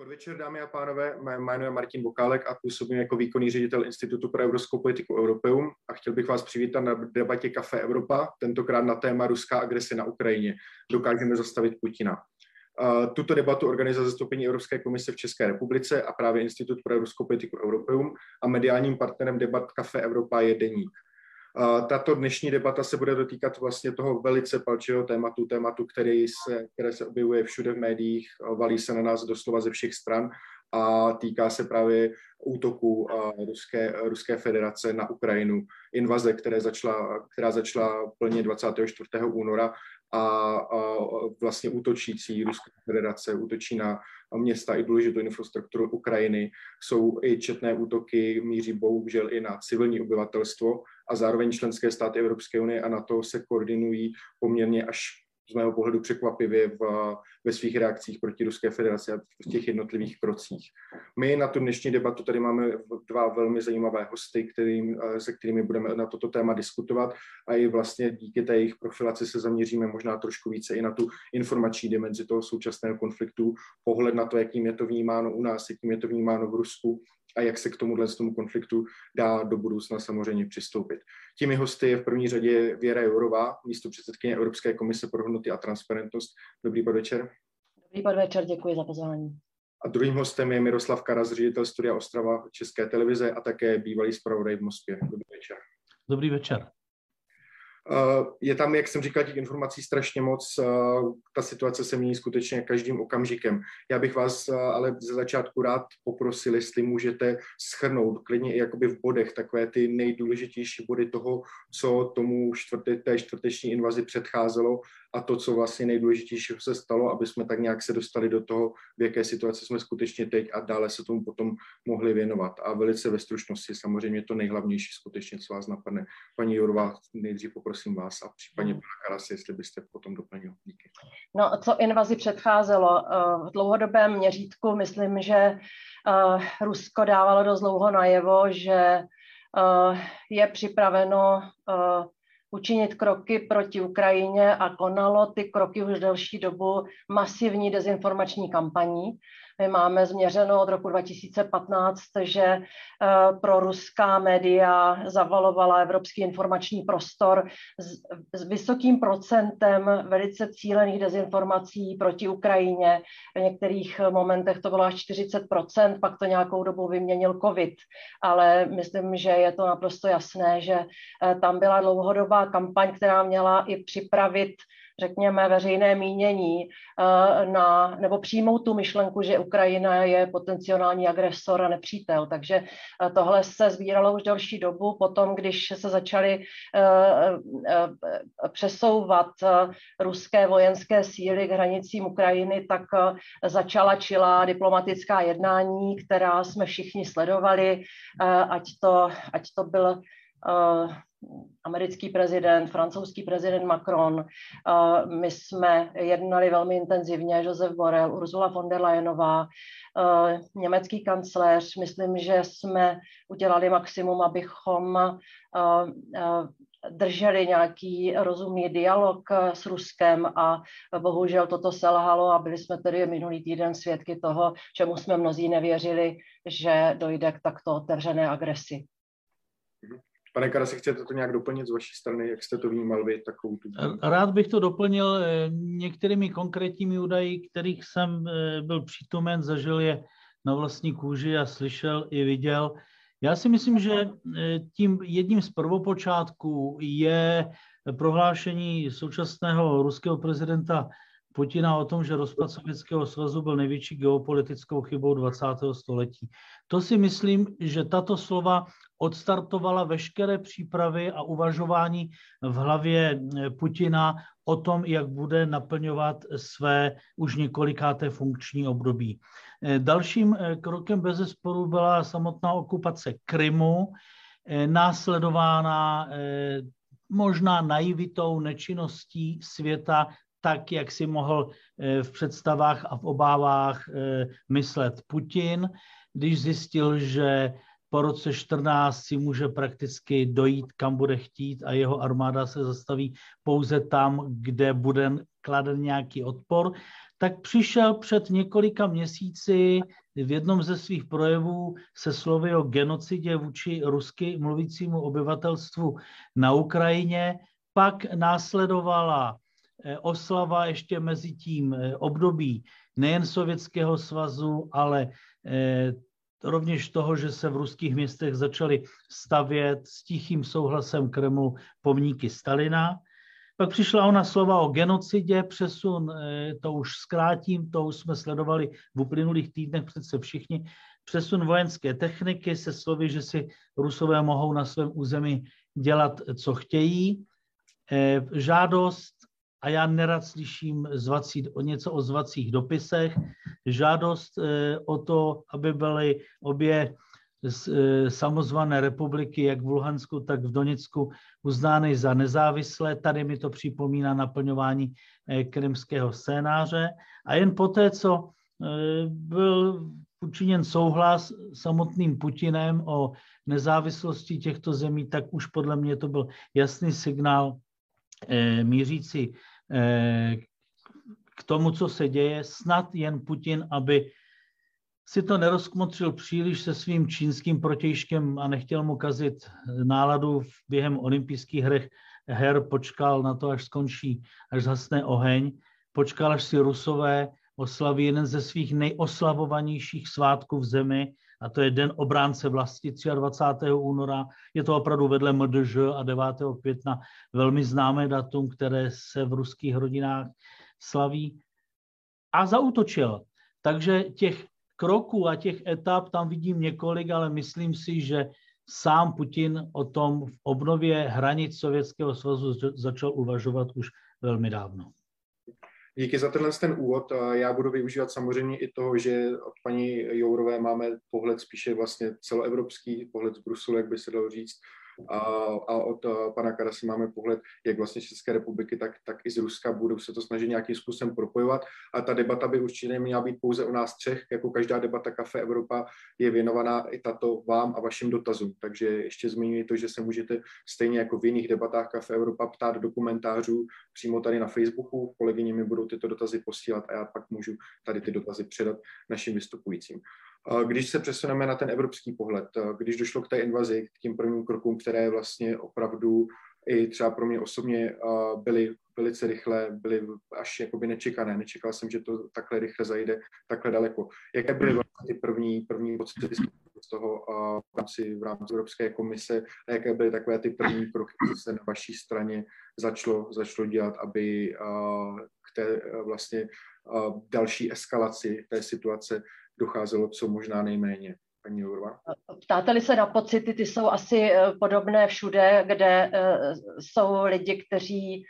podvečer, dámy a pánové. Mé jméno je Martin Bokálek a působím jako výkonný ředitel Institutu pro evropskou politiku Europeum a chtěl bych vás přivítat na debatě Café Evropa, tentokrát na téma ruská agrese na Ukrajině. Dokážeme zastavit Putina. Tuto debatu organizuje zastoupení Evropské komise v České republice a právě Institut pro evropskou politiku Europeum a mediálním partnerem debat Café Evropa je Deník. Tato dnešní debata se bude dotýkat vlastně toho velice palčivého tématu, které se objevuje všude v médiích, valí se na nás doslova ze všech stran a týká se právě útoku Ruské federace na Ukrajinu, invaze, která začala plně 24. února a vlastně útočící Ruská federace útočí na města i důležitou infrastrukturu Ukrajiny. Jsou i četné útoky, míří bohužel i na civilní obyvatelstvo a zároveň členské státy Evropské unie a NATO se koordinují poměrně až z mého pohledu překvapivě ve svých reakcích proti Ruské federaci a v těch jednotlivých krocích. My na tu dnešní debatu tady máme dva velmi zajímavé hosty, se kterými budeme na toto téma diskutovat a i vlastně díky té jejich profilaci se zaměříme možná trošku více i na tu informační dimenzi toho současného konfliktu, pohled na to, jakým je to vnímáno u nás, jakým je to vnímáno v Rusku a jak se k tomu konfliktu dá do budoucna samozřejmě přistoupit. Těmi hosty je v první řadě Věra Jourová, místopředsedkyně Evropské komise pro hodnoty a transparentnost. Dobrý podvečer. Dobrý podvečer, děkuji za pozvání. A druhým hostem je Miroslav Karas, ředitel Studia Ostrava České televize a také bývalý zpravodaj v Moskvě. Dobrý večer. Dobrý večer. Je tam, jak jsem říkal, těch informací strašně moc. Ta situace se mění skutečně každým okamžikem. Já bych vás ale ze začátku rád poprosil, jestli můžete shrnout klidně i jakoby v bodech takové ty nejdůležitější body toho, co tomu té čtvrteční invazi předcházelo a to, co vlastně nejdůležitějšího se stalo, aby jsme tak nějak se dostali do toho, v jaké situaci jsme skutečně teď a dále se tomu potom mohli věnovat. A velice ve stručnosti samozřejmě to nejhlavnější skutečně, co vás napadne. Paní Jourová, nejdřív poprosím vás a případně pana Karase, jestli byste potom doplnil. Díky. No, co invazi předcházelo? V dlouhodobém měřítku myslím, že Rusko dávalo dost dlouho najevo, že je připraveno učinit kroky proti Ukrajině a konalo ty kroky už delší dobu masivní dezinformační kampaní. My máme změřeno od roku 2015, že pro ruská média zavalovala evropský informační prostor s vysokým procentem velice cílených dezinformací proti Ukrajině. V některých momentech to bylo až 40%, pak to nějakou dobu vyměnil COVID. Ale myslím, že je to naprosto jasné, že tam byla dlouhodobá kampaň, která měla i připravit, řekněme, veřejné mínění nebo přijmout tu myšlenku, že Ukrajina je potenciální agresor a nepřítel. Takže tohle se sbíralo už delší dobu. Potom, když se začaly přesouvat ruské vojenské síly k hranicím Ukrajiny, tak začala čilá diplomatická jednání, která jsme všichni sledovali, ať to byl americký prezident, francouzský prezident Macron. My jsme jednali velmi intenzivně, Josef Borrell, Ursula von der Leyenová, německý kancléř. Myslím, že jsme udělali maximum, abychom drželi nějaký rozumný dialog s Ruskem a bohužel toto selhalo a byli jsme tedy minulý týden svědky toho, čemu jsme mnozí nevěřili, že dojde k takto otevřené agresi. Pane Karasi, chcete to nějak doplnit z vaší strany, jak jste to vnímal vy? Rád bych to doplnil některými konkrétními údaji, kterých jsem byl přítomen, zažil je na vlastní kůži a slyšel i viděl. Já si myslím, že tím jedním z prvopočátků je prohlášení současného ruského prezidenta Putina o tom, že rozpad Sovětského svazu byl největší geopolitickou chybou 20. století. To si myslím, že tato slova odstartovala veškeré přípravy a uvažování v hlavě Putina o tom, jak bude naplňovat své už několikáté funkční období. Dalším krokem bezesporu byla samotná okupace Krymu, následována možná naivitou, nečinností světa, tak, jak si mohl v představách a v obávách myslet Putin, když zjistil, že po roce 14 si může prakticky dojít, kam bude chtít a jeho armáda se zastaví pouze tam, kde bude kladen nějaký odpor, tak přišel před několika měsíci v jednom ze svých projevů se slovy o genocidě vůči rusky mluvícímu obyvatelstvu na Ukrajině. Pak následovala oslava ještě mezi tím období nejen Sovětského svazu, ale rovněž toho, že se v ruských městech začaly stavět s tichým souhlasem Kremlu pomníky Stalina. Pak přišla ona slova o genocidě, přesun, to už zkrátím, to už jsme sledovali v uplynulých týdnech přece všichni, přesun vojenské techniky se slovy, že si Rusové mohou na svém území dělat, co chtějí. Žádost, a já nerad slyším něco o zvacích dopisech, žádost o to, aby byly obě samozvané republiky, jak v Luhansku, tak v Doněcku, uznány za nezávislé. Tady mi to připomíná naplňování krymského scénáře. A jen poté, co byl učiněn souhlas samotným Putinem o nezávislosti těchto zemí, tak už podle mě to byl jasný signál mířící k tomu, co se děje. Snad jen Putin, aby si to nerozkmotřil příliš se svým čínským protějškem a nechtěl mu kazit náladu během olympijských her, počkal na to, až skončí, až zhasne oheň, počkal, až si Rusové oslaví jeden ze svých nejoslavovanějších svátků v zemi, a to je Den obránce vlasti 23. února. Je to opravdu vedle MDŽ a 9. května velmi známé datum, které se v ruských rodinách slaví. A zaútočil. Takže těch kroků a těch etap tam vidím několik, ale myslím si, že sám Putin o tom v obnově hranic Sovětského svazu začal uvažovat už velmi dávno. Díky za ten úvod. Já budu využívat samozřejmě i toho, že od paní Jourové máme pohled spíše vlastně celoevropský, pohled z Bruselu, jak by se dalo říct, a od pana Karase máme pohled jak vlastně z České republiky, tak i z Ruska. Budou se to snažit nějakým způsobem propojovat a ta debata by určitě neměla být pouze o nás třech, jako každá debata Café Evropa je věnovaná i tato vám a vašim dotazům. Takže ještě zmiňuji to, že se můžete stejně jako v jiných debatách Café Evropa ptát do komentářů přímo tady na Facebooku. Kolegyně mi budou tyto dotazy posílat a já pak můžu tady ty dotazy předat našim vystupujícím. Když se přesuneme na ten evropský pohled, když došlo k té invazi, k těm prvním krokům, které vlastně opravdu i třeba pro mě osobně byly velice rychle, byly až jakoby nečekané. Nečekal jsem, že to takhle rychle zajde, takhle daleko. Jaké byly vlastně ty první pocity z toho v rámci Evropské komise a jaké byly takové ty první kroky, které se na vaší straně začalo dělat, aby k té vlastně další eskalaci té situace docházelo co možná nejméně. Paní Jourová. Ptáte-li se na pocity, ty jsou asi podobné všude, kde jsou lidi, kteří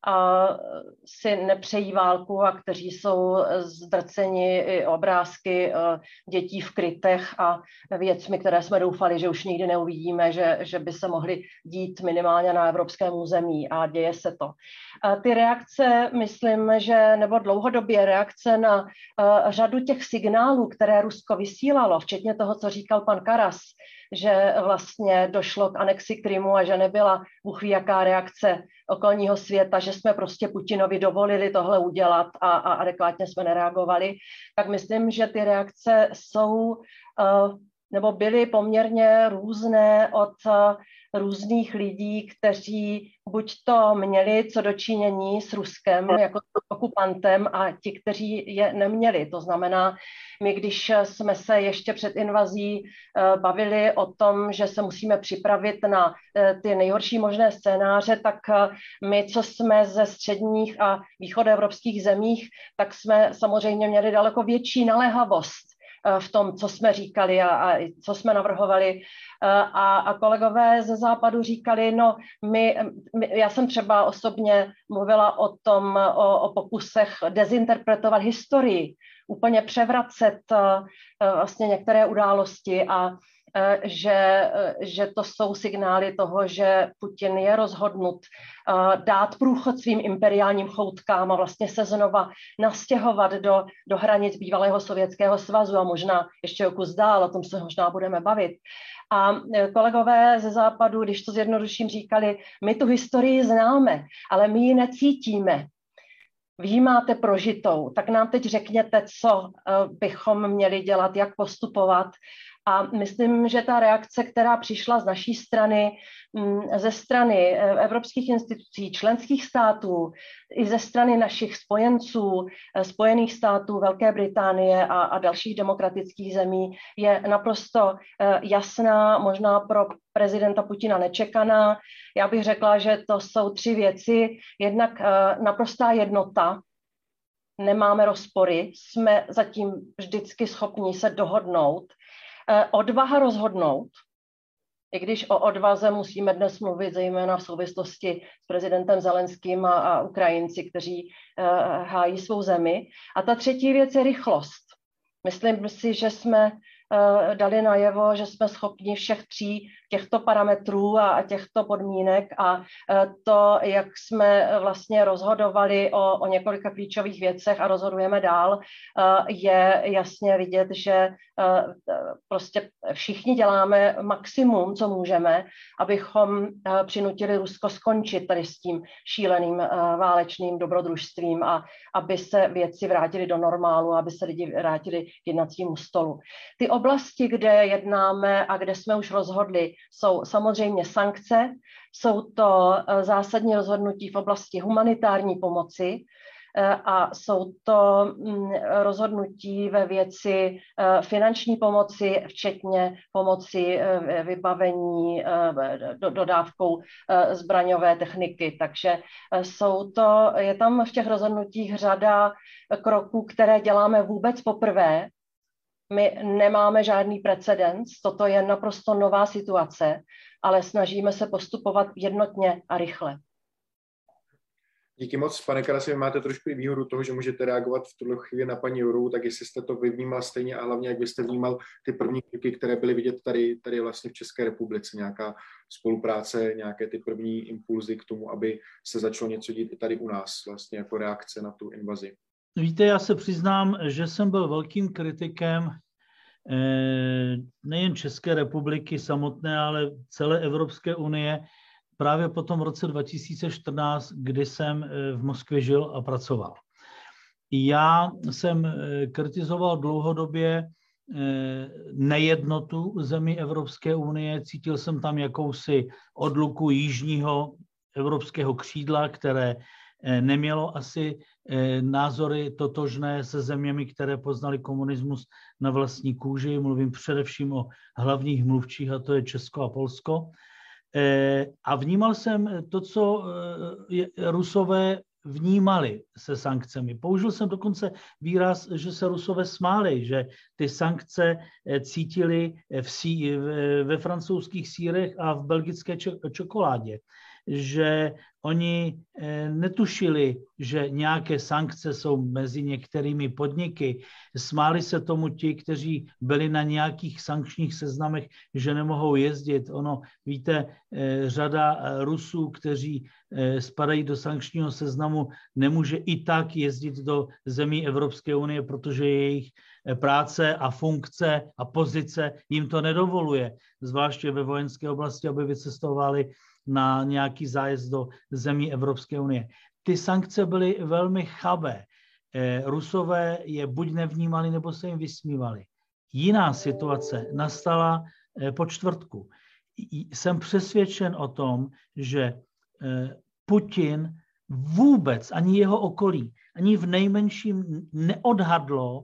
si nepřejí válku a kteří jsou zdrceni i obrázky dětí v krytech a věcmi, které jsme doufali, že už nikdy neuvidíme, že by se mohly dít minimálně na evropském území a děje se to. Ty reakce, myslím, že nebo dlouhodobě reakce na řadu těch signálů, které Rusko vysílalo, včetně toho, co říkal pan Karas, že vlastně došlo k anexi Krymu a že nebyla bůh ví jaká reakce okolního světa, že jsme prostě Putinovi dovolili tohle udělat a adekvátně jsme nereagovali, tak myslím, že ty reakce jsou nebo byly poměrně různé od různých lidí, kteří buď to měli co dočinění s Ruskem jako okupantem a ti, kteří je neměli. To znamená, my když jsme se ještě před invazí bavili o tom, že se musíme připravit na ty nejhorší možné scénáře, tak my, co jsme ze středních a východoevropských zemích, tak jsme samozřejmě měli daleko větší naléhavost v tom, co jsme říkali a co jsme navrhovali. A kolegové ze západu říkali, no já jsem třeba osobně mluvila o tom, o pokusech dezinterpretovat historii, úplně převracet vlastně některé události a že to jsou signály toho, že Putin je rozhodnut dát průchod svým imperiálním choutkám a vlastně se znova nastěhovat do hranic bývalého Sovětského svazu a možná ještě o kus dál, o tom se možná budeme bavit. A kolegové ze západu, když to zjednoduším, říkali, my tu historii známe, ale my ji necítíme. vy máte prožitou, tak nám teď řekněte, co bychom měli dělat, jak postupovat. A myslím, že ta reakce, která přišla z naší strany, ze strany evropských institucí, členských států, i ze strany našich spojenců, Spojených států, Velké Británie a dalších demokratických zemí, je naprosto jasná, možná pro prezidenta Putina nečekaná. Já bych řekla, že to jsou 3 věci. Jednak naprostá jednota, nemáme rozpory, jsme zatím vždycky schopni se dohodnout. Odvaha rozhodnout, i když o odvaze musíme dnes mluvit zejména v souvislosti s prezidentem Zelenským a Ukrajinci, kteří hájí svou zemi. A ta 3. věc je rychlost. Myslím si, že jsme dali najevo, že jsme schopni všech 3 těchto parametrů a těchto podmínek a to, jak jsme vlastně rozhodovali o několika klíčových věcech a rozhodujeme dál, je jasně vidět, že prostě všichni děláme maximum, co můžeme, abychom přinutili Rusko skončit tady s tím šíleným válečným dobrodružstvím a aby se věci vrátily do normálu, aby se lidi vrátili k jednacímu stolu. Ty oblasti, kde jednáme a kde jsme už rozhodli, jsou samozřejmě sankce, jsou to zásadní rozhodnutí v oblasti humanitární pomoci a jsou to rozhodnutí ve věci finanční pomoci, včetně pomoci vybavení dodávkou zbraňové techniky. Takže je tam v těch rozhodnutích řada kroků, které děláme vůbec poprvé. My nemáme žádný precedens, toto je naprosto nová situace, ale snažíme se postupovat jednotně a rychle. Díky moc, pane Karasi, vy máte trošku i výhodu toho, že můžete reagovat v tuhle chvíli na paní Jourovou, tak jestli jste to vy vnímal stejně a hlavně, jak byste vnímal ty první kroky, které byly vidět tady vlastně v České republice, nějaká spolupráce, nějaké ty první impulzy k tomu, aby se začalo něco dít i tady u nás, vlastně jako reakce na tu invazi. Víte, já se přiznám, že jsem byl velkým kritikem nejen České republiky samotné, ale celé Evropské unie právě po tom roce 2014, kdy jsem v Moskvě žil a pracoval. Já jsem kritizoval dlouhodobě nejednotu zemí Evropské unie, cítil jsem tam jakousi odluku jižního evropského křídla, které nemělo asi názory totožné se zeměmi, které poznali komunismus na vlastní kůži. Mluvím především o hlavních mluvčích, a to je Česko a Polsko. A vnímal jsem to, co Rusové vnímali se sankcemi. Použil jsem dokonce výraz, že se Rusové smáli, že ty sankce cítili ve francouzských sýrech a v belgické čokoládě. Že oni netušili, že nějaké sankce jsou mezi některými podniky. Smáli se tomu ti, kteří byli na nějakých sankčních seznamech, že nemohou jezdit. Ono, víte, řada Rusů, kteří spadají do sankčního seznamu, nemůže i tak jezdit do zemí Evropské unie, protože jejich práce a funkce a pozice jim to nedovoluje, zvláště ve vojenské oblasti, aby vycestovali na nějaký zájezd do zemí Evropské unie. Ty sankce byly velmi chabé. Rusové je buď nevnímali, nebo se jim vysmívali. Jiná situace nastala po čtvrtku. Jsem přesvědčen o tom, že Putin vůbec, ani jeho okolí, ani v nejmenším neodhadlo,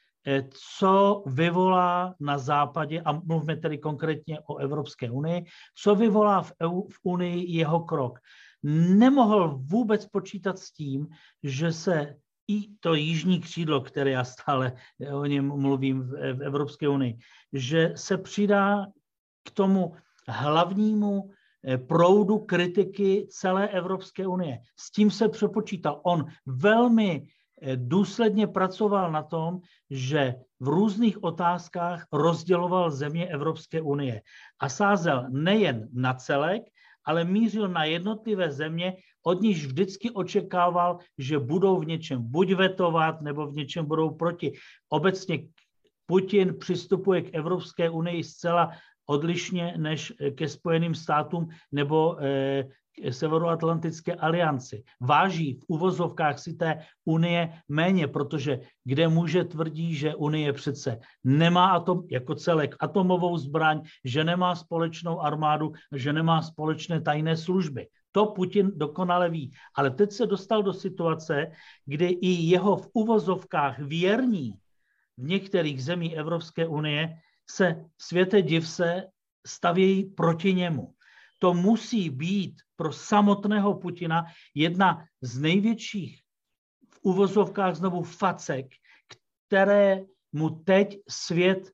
co vyvolá na západě, a mluvíme tedy konkrétně o Evropské unii, co vyvolá v Unii jeho krok. Nemohl vůbec počítat s tím, že se i to jižní křídlo, které já stále o něm mluvím v Evropské unii, že se přidá k tomu hlavnímu proudu kritiky celé Evropské unie. S tím se přepočítal. On velmi důsledně pracoval na tom, že v různých otázkách rozděloval země Evropské unie a sázel nejen na celek, ale mířil na jednotlivé země, od níž vždycky očekával, že budou v něčem buď vetovat, nebo v něčem budou proti. Obecně Putin přistupuje k Evropské unii zcela odlišně než ke Spojeným státům nebo Severoatlantické alianci. Váží v uvozovkách si té Unie méně, protože kde muže tvrdí, že Unie přece nemá jako celek atomovou zbraň, že nemá společnou armádu, že nemá společné tajné služby. To Putin dokonale ví. Ale teď se dostal do situace, kdy i jeho v uvozovkách věrní v některých zemí Evropské unie se, světe div se, stavějí proti němu. To musí být pro samotného Putina jedna z největších v uvozovkách znovu facek, které mu teď svět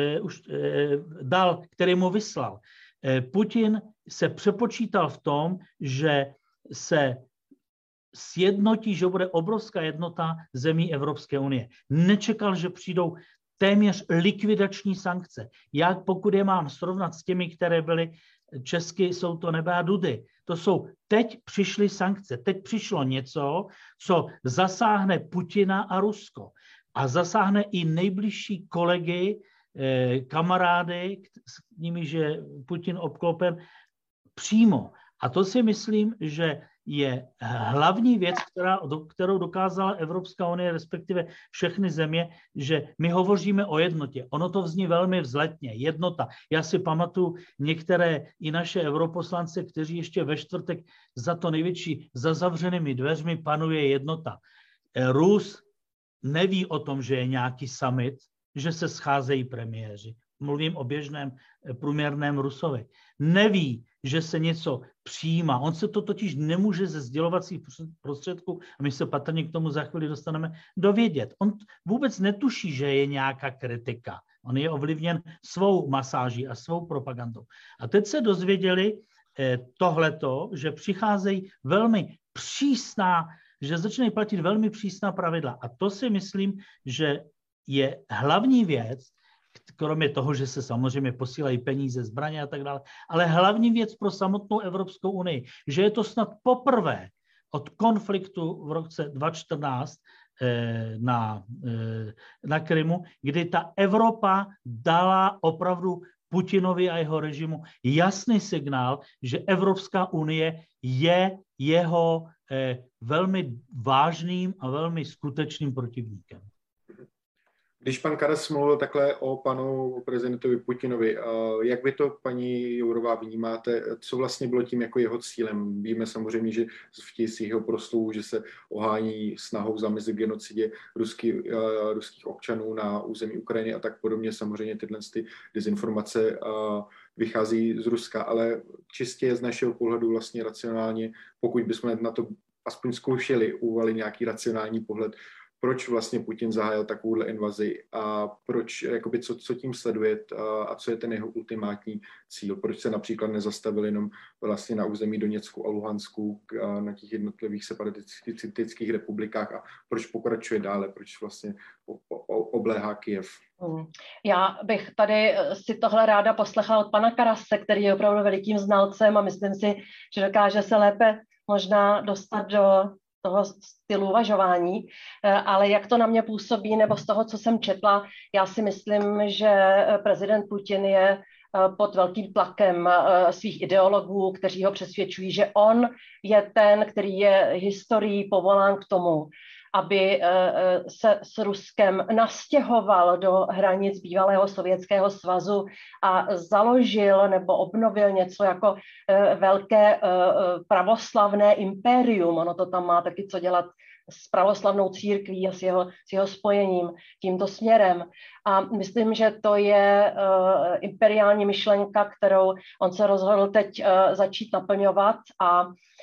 dal, který mu vyslal. Putin se přepočítal v tom, že se sjednotí, že bude obrovská jednota zemí Evropské unie. Nečekal, že přijdou téměř likvidační sankce. Jak pokud je mám srovnat s těmi, které byly česky, jsou to nebe a dudy. To jsou, teď přišly sankce, teď přišlo něco, co zasáhne Putina a Rusko. A zasáhne i nejbližší kolegy, kamarády, s nimiž je Putin obklopen přímo. A to si myslím, že je hlavní věc, kterou dokázala Evropská unie, respektive všechny země, že my hovoříme o jednotě. Ono to vzní velmi vzletně, jednota. Já si pamatuju některé i naše europoslance, kteří ještě ve čtvrtek za to největší, za zavřenými dveřmi panuje jednota. Rus neví o tom, že je nějaký summit, že se scházejí premiéři. Mluvím o běžném průměrném Rusovi. Neví, že se něco přijímá. On se to totiž nemůže ze sdělovacích prostředků, a my se patrně k tomu za chvíli dostaneme, dovědět. On vůbec netuší, že je nějaká kritika. On je ovlivněn svou masáží a svou propagandou. A teď se dozvěděli tohleto, že přicházejí velmi přísná, že začínají platit velmi přísná pravidla. A to si myslím, že je hlavní věc, kromě toho, že se samozřejmě posílají peníze, zbraně a tak dále, ale hlavní věc pro samotnou Evropskou unii, že je to snad poprvé od konfliktu v roce 2014 na Krymu, kdy ta Evropa dala opravdu Putinovi a jeho režimu jasný signál, že Evropská unie je jeho velmi vážným a velmi skutečným protivníkem. Když pan Karas mluvil takhle o panu prezidentovi Putinovi, jak vy to, paní Jourová, vnímáte, co vlastně bylo tím jako jeho cílem? Víme samozřejmě, že v těch jeho proslovů, že se ohání snahou zamezit genocidě ruských občanů na území Ukrajiny a tak podobně. Samozřejmě tyhle dezinformace vychází z Ruska, ale čistě z našeho pohledu vlastně racionálně, pokud bychom na to aspoň zkoušeli uvalit nějaký racionální pohled, proč vlastně Putin zahájil takovouhle invazi a proč, jakoby, co tím sleduje a co je ten jeho ultimátní cíl. Proč se například nezastavil jenom vlastně na území Doněcku a Luhansku na těch jednotlivých separatistických republikách a proč pokračuje dále, proč vlastně obléhá Kyjev. Já bych tady si tohle ráda poslechla od pana Karase, který je opravdu velikým znalcem a myslím si, že dokáže se lépe možná dostat do toho stylu uvažování, ale jak to na mě působí, nebo z toho, co jsem četla, já si myslím, že prezident Putin je pod velkým tlakem svých ideologů, kteří ho přesvědčují, že on je ten, který je historií povolán k tomu, aby se s Ruskem nastěhoval do hranic bývalého Sovětského svazu a založil nebo obnovil něco jako velké pravoslavné impérium. Ono to tam má taky co dělat s pravoslavnou církví a s jeho spojením tímto směrem. A myslím, že to je imperiální myšlenka, kterou on se rozhodl teď začít naplňovat a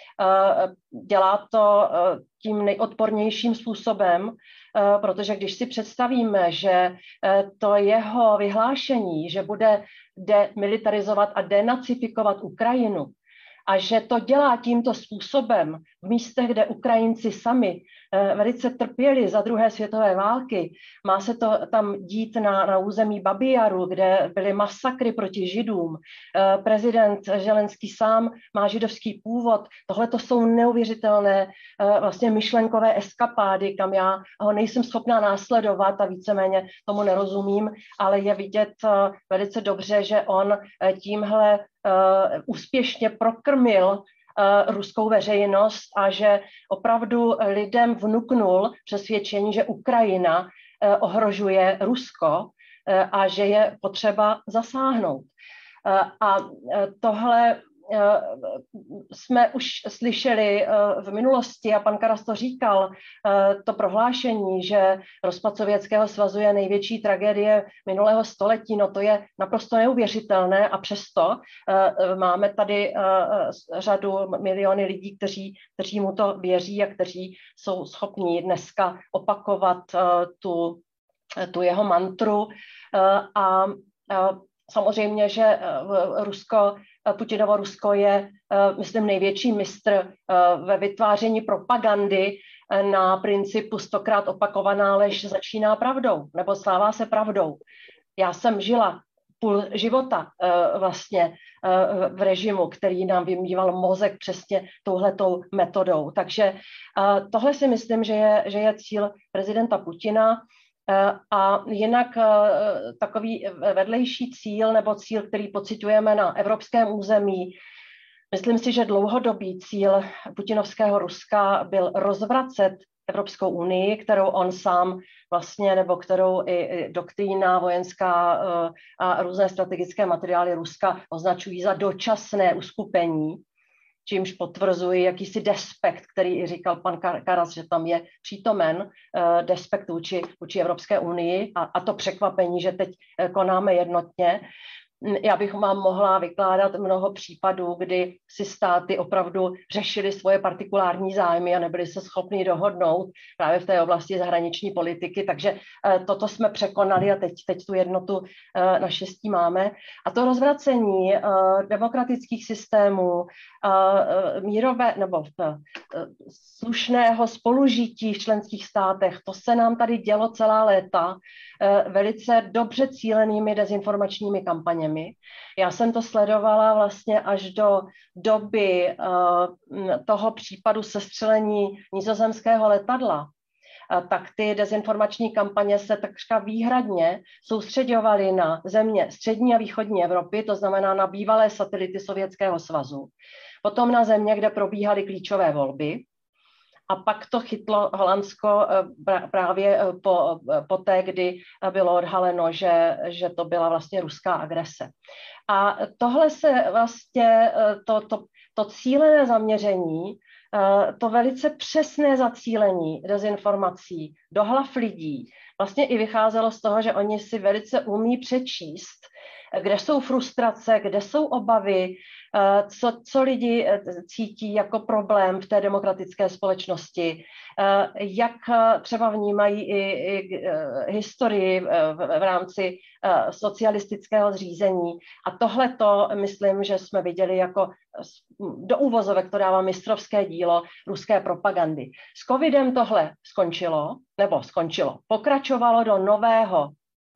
dělá to tím nejodpornějším způsobem, protože když si představíme, že to jeho vyhlášení, že bude demilitarizovat a denacifikovat Ukrajinu a že to dělá tímto způsobem v místech, kde Ukrajinci sami velice trpěli za druhé světové války. Má se to tam dít na území Babi Jaru, kde byly masakry proti Židům. Prezident Zelenský sám má židovský původ. Tohle to jsou neuvěřitelné vlastně myšlenkové eskapády, kam já ho nejsem schopná následovat a víceméně tomu nerozumím, ale je vidět velice dobře, že on tímhle úspěšně prokrmil ruskou veřejnost a že opravdu lidem vnuknul přesvědčení, že Ukrajina ohrožuje Rusko a že je potřeba zasáhnout. A tohle jsme už slyšeli v minulosti a pan Karas to říkal, to prohlášení, že rozpad Sovětského svazu je největší tragédie minulého století, no to je naprosto neuvěřitelné a přesto máme tady řadu miliony lidí, kteří mu to věří a kteří jsou schopní dneska opakovat tu jeho mantru a samozřejmě, že Putinovo Rusko je, myslím, největší mistr ve vytváření propagandy na principu 100krát opakovaná lež začíná pravdou, nebo stává se pravdou. Já jsem žila půl života vlastně v režimu, který nám vymýval mozek přesně touhletou metodou. Takže tohle si myslím, že je cíl prezidenta Putina. A jinak takový vedlejší cíl nebo cíl, který pociťujeme na evropském území, myslím si, že dlouhodobý cíl putinovského Ruska byl rozvracet Evropskou unii, kterou on sám vlastně, nebo kterou i doktrína vojenská a různé strategické materiály Ruska označují za dočasné uskupení, čímž potvrzuji jakýsi despekt, který i říkal pan Karas, že tam je přítomen despekt vůči Evropské unii a to překvapení, že teď konáme jednotně. Já bych vám mohla vykládat mnoho případů, kdy si státy opravdu řešily svoje partikulární zájmy a nebyly se schopni dohodnout právě v té oblasti zahraniční politiky, takže toto jsme překonali a teď tu jednotu naštěstí máme. A to rozvracení demokratických systémů, mírové nebo slušného spolužití v členských státech, to se nám tady dělo celá léta velice dobře cílenými dezinformačními kampaněmi. Já jsem to sledovala vlastně až do doby toho případu sestřelení nizozemského letadla. Tak ty dezinformační kampaně se takřka výhradně soustředovaly na země střední a východní Evropy, to znamená na bývalé satelity Sovětského svazu, potom na země, kde probíhaly klíčové volby. A pak to chytlo Holandsko právě po té, kdy bylo odhaleno, že to byla vlastně ruská agrese. A tohle se vlastně, to cílené zaměření, to velice přesné zacílení dezinformací do hlav lidí vlastně i vycházelo z toho, že oni si velice umí přečíst, kde jsou frustrace, kde jsou obavy, co lidi cítí jako problém v té demokratické společnosti, jak třeba vnímají i historii v rámci socialistického zřízení. A tohleto, myslím, že jsme viděli jako do úvozovek, to dává mistrovské dílo ruské propagandy. S covidem tohle skončilo, pokračovalo do nového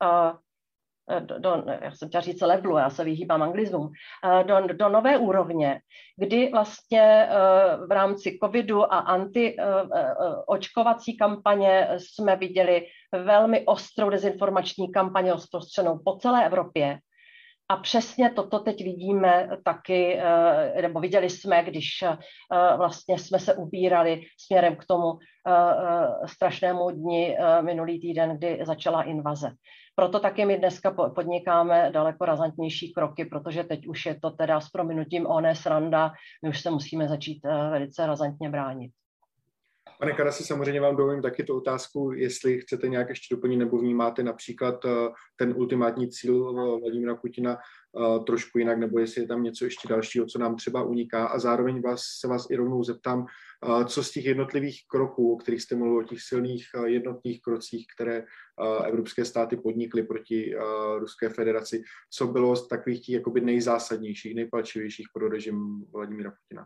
já jsem chtěla říct levelu, já se vyhýbám anglizmům, do nové úrovně, kdy vlastně v rámci covidu a antiočkovací kampaně jsme viděli velmi ostrou dezinformační kampaně rozprostřenou po celé Evropě. A přesně toto teď vidíme taky, nebo viděli jsme, když vlastně jsme se ubírali směrem k tomu strašnému dni minulý týden, kdy začala invaze. Proto taky my dneska podnikáme daleko razantnější kroky, protože teď už je to teda s prominutím oné sranda, my už se musíme začít velice razantně bránit. Pane Karasi, samozřejmě vám dovolím taky tu otázku, jestli chcete nějak ještě doplnit nebo vnímáte například ten ultimátní cíl Vladimira Putina trošku jinak, nebo jestli je tam něco ještě dalšího, co nám třeba uniká. A zároveň se vás i rovnou zeptám, co z těch jednotlivých kroků, o kterých jste mluvil, o těch silných jednotných krocích, které evropské státy podnikly proti Ruské federaci, co bylo z takových těch jakoby nejzásadnějších, nejpalčivějších pro režim Vladimira Putina?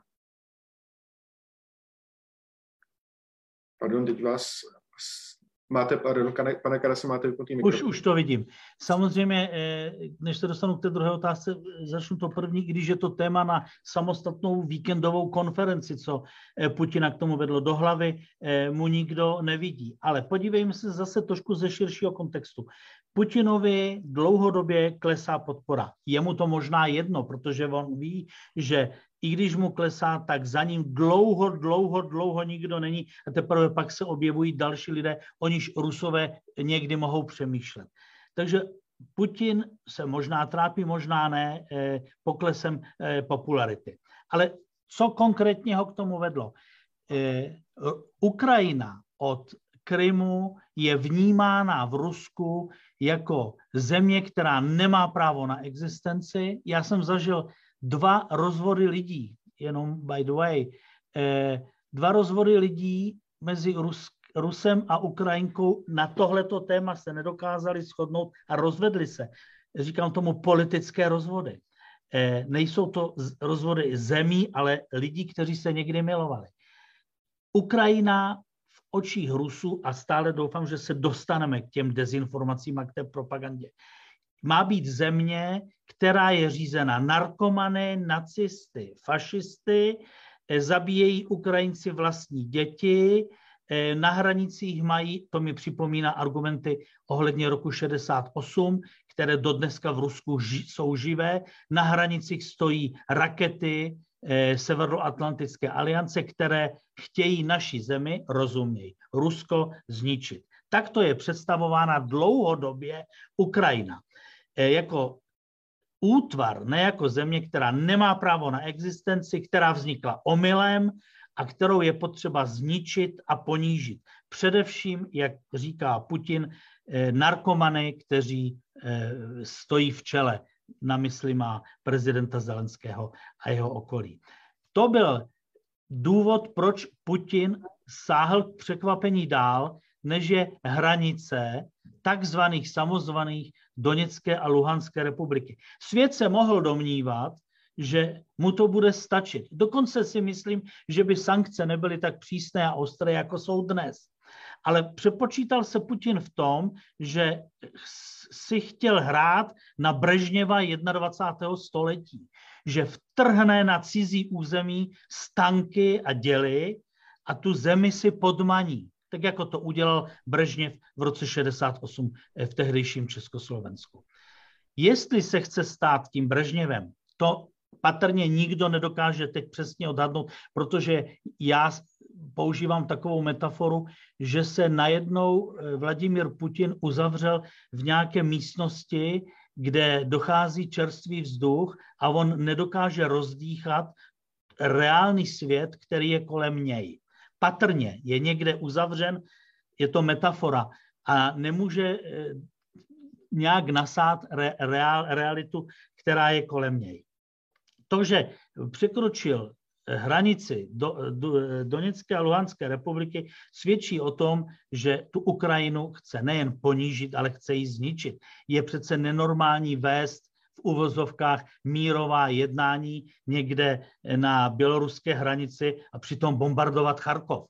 Pardon, teď vás máte, pardon, pane Karasi, máte vypnutý mikrofon. Už to vidím. Samozřejmě, než se dostanu k té druhé otázce, začnu to první, když je to téma na samostatnou víkendovou konferenci, co Putina k tomu vedlo do hlavy, mu nikdo nevidí. Ale podívejme se zase trošku ze širšího kontextu. Putinovi dlouhodobě klesá podpora. Je mu to možná jedno, protože on ví, že i když mu klesá, tak za ním dlouho nikdo není a teprve pak se objevují další lidé, o niž Rusové někdy mohou přemýšlet. Takže Putin se možná trápí, možná ne, poklesem popularity. Ale co konkrétně ho k tomu vedlo? Ukrajina od Krymu je vnímána v Rusku jako země, která nemá právo na existenci. Já jsem zažil 2 rozvody lidí, jenom by the way, 2 rozvody lidí mezi Rusem a Ukrajinkou na tohleto téma se nedokázali shodnout a rozvedli se. Říkám tomu politické rozvody. Nejsou to rozvody zemí, ale lidí, kteří se někdy milovali. Ukrajina v očích Rusů, a stále doufám, že se dostaneme k těm dezinformacím a k té propagandě, má být země, která je řízena narkomany, nacisty, fašisty, zabíjejí Ukrajinci vlastní děti, na hranicích mají, to mi připomíná argumenty ohledně roku 68, které dodneska v Rusku jsou živé, na hranicích stojí rakety Severoatlantické aliance, které chtějí naši zemi, rozumějí, Rusko zničit. Takto je představována dlouhodobě Ukrajina. Jako útvar, ne jako země, která nemá právo na existenci, která vznikla omylem a kterou je potřeba zničit a ponížit. Především, jak říká Putin, narkomany, kteří stojí v čele, na mysli má prezidenta Zelenského a jeho okolí. To byl důvod, proč Putin sáhl k překvapení dál, než je hranice takzvaných samozvaných Doněcké a Luhanské republiky. Svět se mohl domnívat, že mu to bude stačit. Dokonce si myslím, že by sankce nebyly tak přísné a ostré, jako jsou dnes. Ale přepočítal se Putin v tom, že si chtěl hrát na Brežněva 21. století, že vtrhne na cizí území s tanky a děly a tu zemi si podmaní. Tak jako to udělal Brežněv v roce 68 v tehdejším Československu. Jestli se chce stát tím Brežněvem, to patrně nikdo nedokáže teď přesně odhadnout, protože já používám takovou metaforu, že se najednou Vladimír Putin uzavřel v nějaké místnosti, kde dochází čerstvý vzduch a on nedokáže rozdýchat reálný svět, který je kolem něj. Patrně je někde uzavřen, je to metafora a nemůže nějak nasát realitu, která je kolem něj. To, že překročil hranici Doněcké a Luhanské republiky, svědčí o tom, že tu Ukrajinu chce nejen ponížit, ale chce ji zničit. Je přece nenormální vést v uvozovkách mírová jednání někde na běloruské hranici a přitom bombardovat Charkov.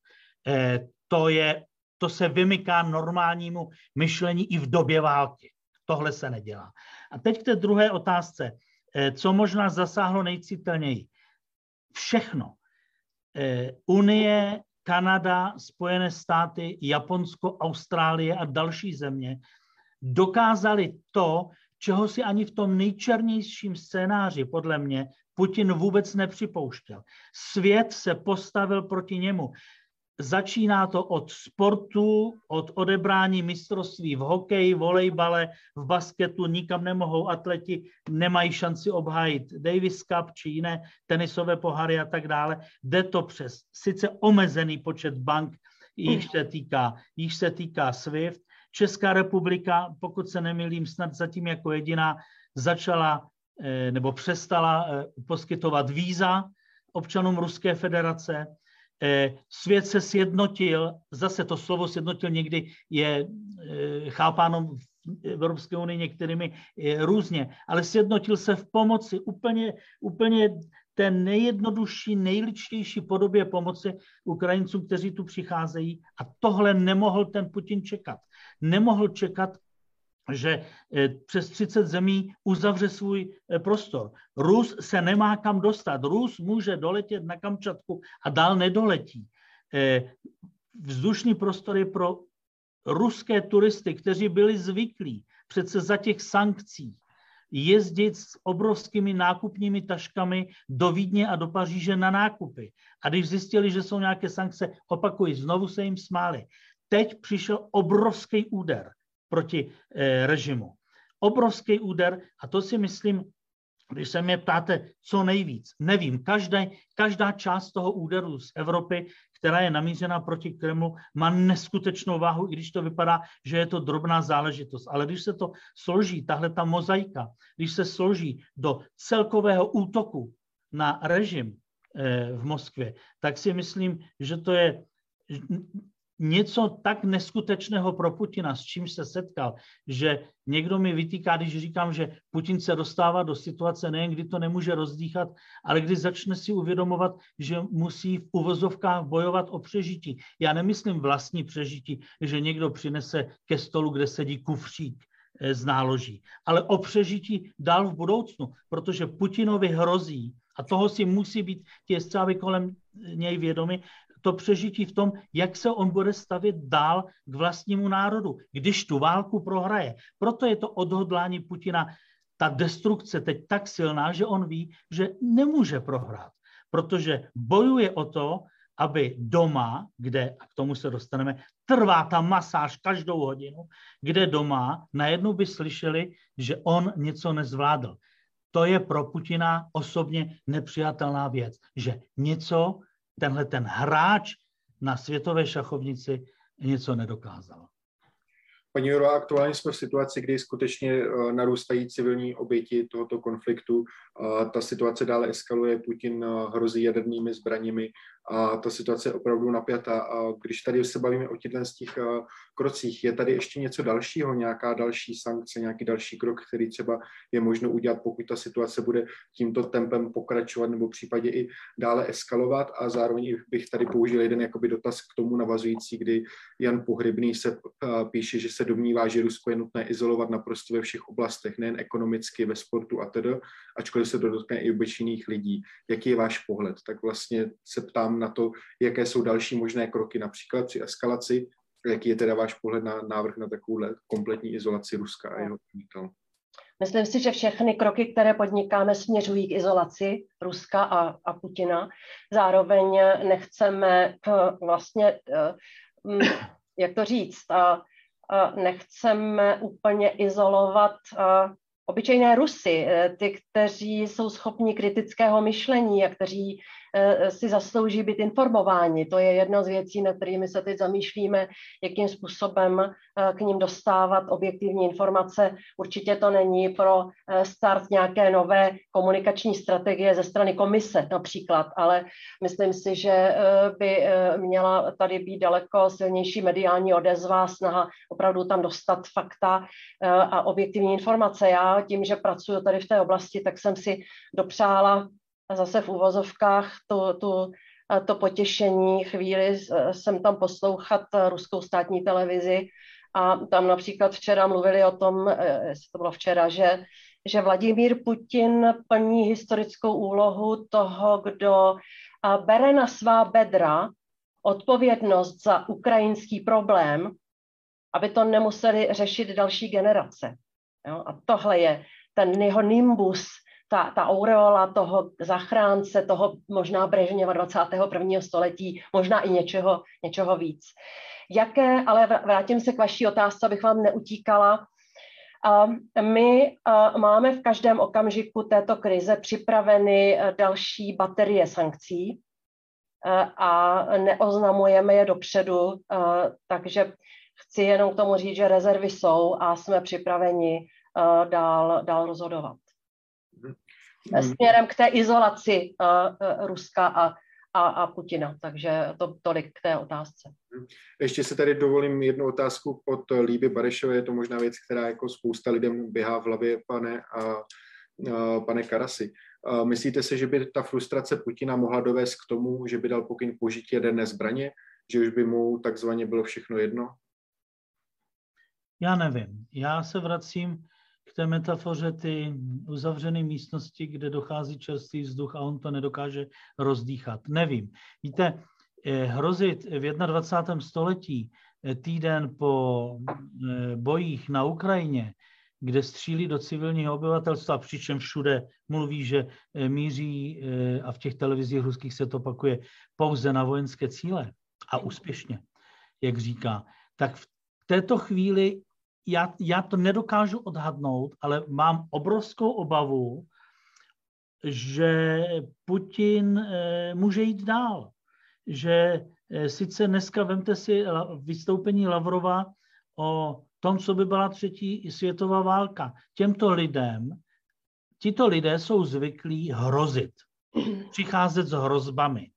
To se vymyká normálnímu myšlení i v době války. Tohle se nedělá. A teď k té druhé otázce. Co možná zasáhlo nejcitelněji? Všechno. Unie, Kanada, Spojené státy, Japonsko, Austrálie a další země dokázali to, čeho si ani v tom nejčernějším scénáři, podle mě, Putin vůbec nepřipouštěl. Svět se postavil proti němu. Začíná to od sportu, od odebrání mistrovství v hokeji, volejbale, v basketu, nikam nemohou atleti, nemají šanci obhájit Davis Cup či jiné tenisové poháry a tak dále. Jde to přes sice omezený počet bank jich se týká SWIFT. Česká republika, pokud se nemýlím, snad zatím jako jediná začala nebo přestala poskytovat víza občanům Ruské federace. Svět se sjednotil, zase to slovo sjednotil někdy je chápáno v Evropské unii některými různě, ale sjednotil se v pomoci úplně té nejjednodušší, nejličtější podobě pomoci Ukrajincům, kteří tu přicházejí. A tohle nemohl ten Putin čekat. Nemohl čekat, že přes 30 zemí uzavře svůj prostor. Rus se nemá kam dostat. Rus může doletět na Kamčatku a dál nedoletí. Vzdušný prostor je pro ruské turisty, kteří byli zvyklí přece za těch sankcí jezdit s obrovskými nákupními taškami do Vídně a do Paříže na nákupy. A když zjistili, že jsou nějaké sankce, opakují, znovu se jim smáli. Teď přišel obrovský úder proti režimu. Obrovský úder a to si myslím, když se mě ptáte, co nejvíc, nevím, každá část toho úderu z Evropy, která je namířena proti Kremlu, má neskutečnou váhu, i když to vypadá, že je to drobná záležitost. Ale když se to složí, tahle ta mozaika, když se složí do celkového útoku na režim v Moskvě, tak si myslím, že to je něco tak neskutečného pro Putina, s čím se setkal, že někdo mi vytýká, když říkám, že Putin se dostává do situace nejen, kdy to nemůže rozdýchat, ale kdy začne si uvědomovat, že musí v uvozovkách bojovat o přežití. Já nemyslím vlastní přežití, že někdo přinese ke stolu, kde sedí kufřík z náloží, ale o přežití dál v budoucnu, protože Putinovi hrozí, a toho si musí být ti střávy kolem něj vědomi, to přežití v tom, jak se on bude stavět dál k vlastnímu národu, když tu válku prohraje. Proto je to odhodlání Putina, ta destrukce teď tak silná, že on ví, že nemůže prohrát, protože bojuje o to, aby doma, kde, a k tomu se dostaneme, trvá ta masáž každou hodinu, kde doma najednou by slyšeli, že on něco nezvládl. To je pro Putina osobně nepřijatelná věc, že něco tenhle ten hráč na světové šachovnici něco nedokázal. Paní Jourová, aktuálně jsme v situaci, kdy skutečně narůstají civilní oběti tohoto konfliktu. Ta situace dále eskaluje, Putin hrozí jadernými zbraněmi a ta situace je opravdu napjatá. A když tady se bavíme o těchto krocích, je tady ještě něco dalšího, nějaká další sankce, nějaký další krok, který třeba je možno udělat, pokud ta situace bude tímto tempem pokračovat nebo v případě i dále eskalovat. A zároveň bych tady použil jeden jakoby dotaz k tomu navazující, kdy Jan Pohrybný se píše, že se domnívá, že Rusko je nutné izolovat naprosto ve všech oblastech, nejen ekonomicky, ve sportu a tedy, ačkoliv se to dotkne i obyčejných lidí. Jaký je váš pohled? Tak vlastně se ptám na to, jaké jsou další možné kroky, například při eskalaci, jaký je teda váš pohled na návrh na takovou kompletní izolaci Ruska a jeho podnikal? Myslím si, že všechny kroky, které podnikáme, směřují k izolaci Ruska a Putina. Zároveň nechceme vlastně, jak to říct, nechceme úplně izolovat obyčejné Rusy, ty, kteří jsou schopni kritického myšlení a kteří si zaslouží být informováni. To je jedna z věcí, nad kterými se teď zamýšlíme, jakým způsobem k ním dostávat objektivní informace. Určitě to není pro start nějaké nové komunikační strategie ze strany komise například, ale myslím si, že by měla tady být daleko silnější mediální odezva, snaha opravdu tam dostat fakta a objektivní informace. Já tím, že pracuji tady v té oblasti, tak jsem si dopřála zase v uvozovkách to potěšení. Chvíli jsem tam poslouchat ruskou státní televizi a tam například včera mluvili o tom, jestli to bylo včera, že Vladimír Putin plní historickou úlohu toho, kdo bere na svá bedra odpovědnost za ukrajinský problém, aby to nemuseli řešit další generace. Jo? A tohle je ten jeho nimbus, ta aureola toho zachránce, toho možná Brežněva 21. století, možná i něčeho víc. Ale vrátím se k vaší otázce, abych vám neutíkala. My máme v každém okamžiku této krize připraveny další baterie sankcí. a neoznamujeme je dopředu, takže chci jenom k tomu říct, že rezervy jsou a jsme připraveni dál rozhodovat. Směrem k té izolaci Ruska a Putina, takže tolik k té otázce. Ještě se tady dovolím jednu otázku od Líby Barešové, je to možná věc, která jako spousta lidem běhá v hlavě, pane Karasi. Myslíte si, že by ta frustrace Putina mohla dovést k tomu, že by dal pokyn k použití jaderné zbraně, že už by mu takzvaně bylo všechno jedno? Já nevím. Já se vracím k té metafoře ty uzavřené místnosti, kde dochází čerstvý vzduch a on to nedokáže rozdýchat. Nevím. Víte, hrozit v 21. století týden po bojích na Ukrajině, kde střílí do civilního obyvatelstva, přičem všude mluví, že míří, a v těch televizích ruských se to opakuje, pouze na vojenské cíle a úspěšně, jak říká, tak v této chvíli já to nedokážu odhadnout, ale mám obrovskou obavu, že Putin může jít dál. Že sice dneska vemte si vystoupení Lavrova o tom, co by byla třetí světová válka. Tito lidé jsou zvyklí hrozit, přicházet s hrozbami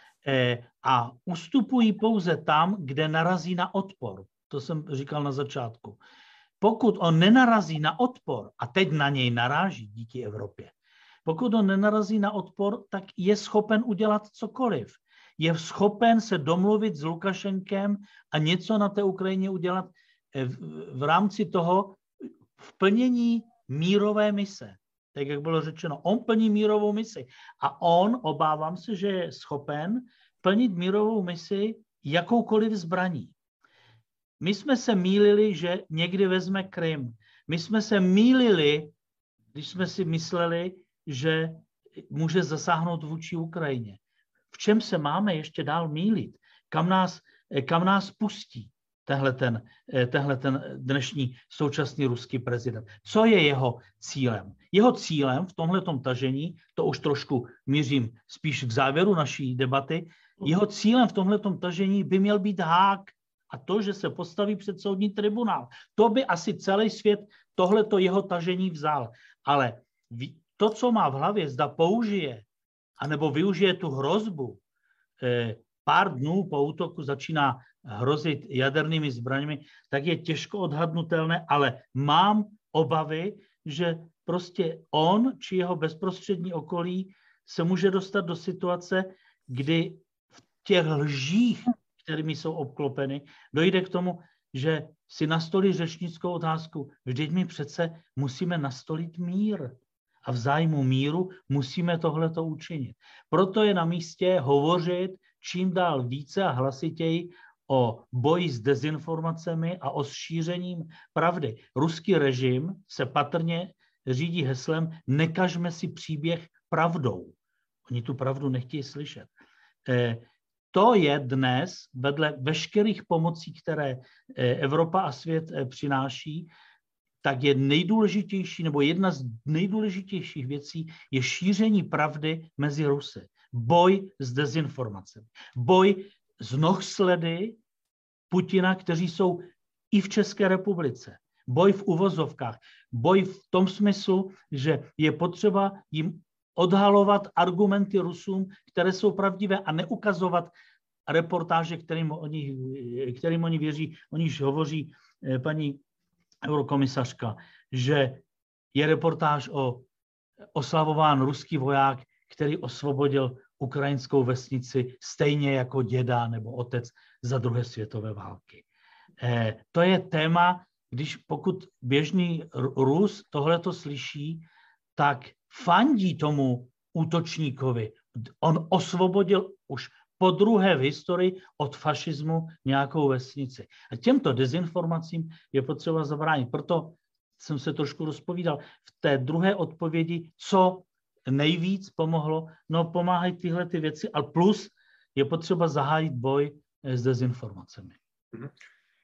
a ustupují pouze tam, kde narazí na odpor. To jsem říkal na začátku. Pokud on nenarazí na odpor, a teď na něj naráží díky Evropě, pokud on nenarazí na odpor, tak je schopen udělat cokoliv. Je schopen se domluvit s Lukašenkem a něco na té Ukrajině udělat v rámci toho v plnění mírové mise. Tak, jak bylo řečeno, on plní mírovou misi. A on, obávám se, že je schopen plnit mírovou misi jakoukoliv zbraní. My jsme se mýlili, že někdy vezme Krym. My jsme se mýlili, když jsme si mysleli, že může zasáhnout vůči Ukrajině. V čem se máme ještě dál mýlit? Kam nás pustí tenhle ten dnešní současný ruský prezident? Co je jeho cílem? Jeho cílem v tomhletom tažení, to už trošku mířím spíš k závěru naší debaty, jeho cílem v tomhletom tažení by měl být Haag a to, že se postaví před soudní tribunál. To by asi celý svět tohleto jeho tažení vzal. Ale to, co má v hlavě, zda použije, anebo využije tu hrozbu, pár dnů po útoku začíná hrozit jadernými zbraněmi, tak je těžko odhadnutelné, ale mám obavy, že prostě on či jeho bezprostřední okolí se může dostat do situace, kdy v těch lžích, kterými jsou obklopeny, dojde k tomu, že si nastolí řečnickou otázku. Vždyť my přece musíme nastolit mír. A v zájmu míru musíme tohleto učinit. Proto je na místě hovořit čím dál více a hlasitěji o boji s dezinformacemi a o šířením pravdy. Ruský režim se patrně řídí heslem nekažme si příběh pravdou. Oni tu pravdu nechtějí slyšet. To je dnes vedle veškerých pomocí, které Evropa a svět přináší, tak je nejdůležitější, nebo jedna z nejdůležitějších věcí je šíření pravdy mezi Rusy. Boj s dezinformacemi. Boj s nohsledy Putina, kteří jsou i v České republice. Boj v uvozovkách. Boj v tom smyslu, že je potřeba jim odhalovat argumenty Rusům, které jsou pravdivé a neukazovat reportáže, kterým oni věří. O níž hovoří paní eurokomisařka, že je reportáž oslavován ruský voják, který osvobodil ukrajinskou vesnici stejně jako děda nebo otec za druhé světové války. To je téma, pokud běžný Rus tohleto slyší, tak fandí tomu útočníkovi. On osvobodil už po druhé v historii od fašismu nějakou vesnici. A těmto dezinformacím je potřeba zabránit. Proto jsem se trošku rozpovídal v té druhé odpovědi, co nejvíc pomohlo. No, pomáhají tyhle ty věci, ale plus je potřeba zahájit boj s dezinformacemi.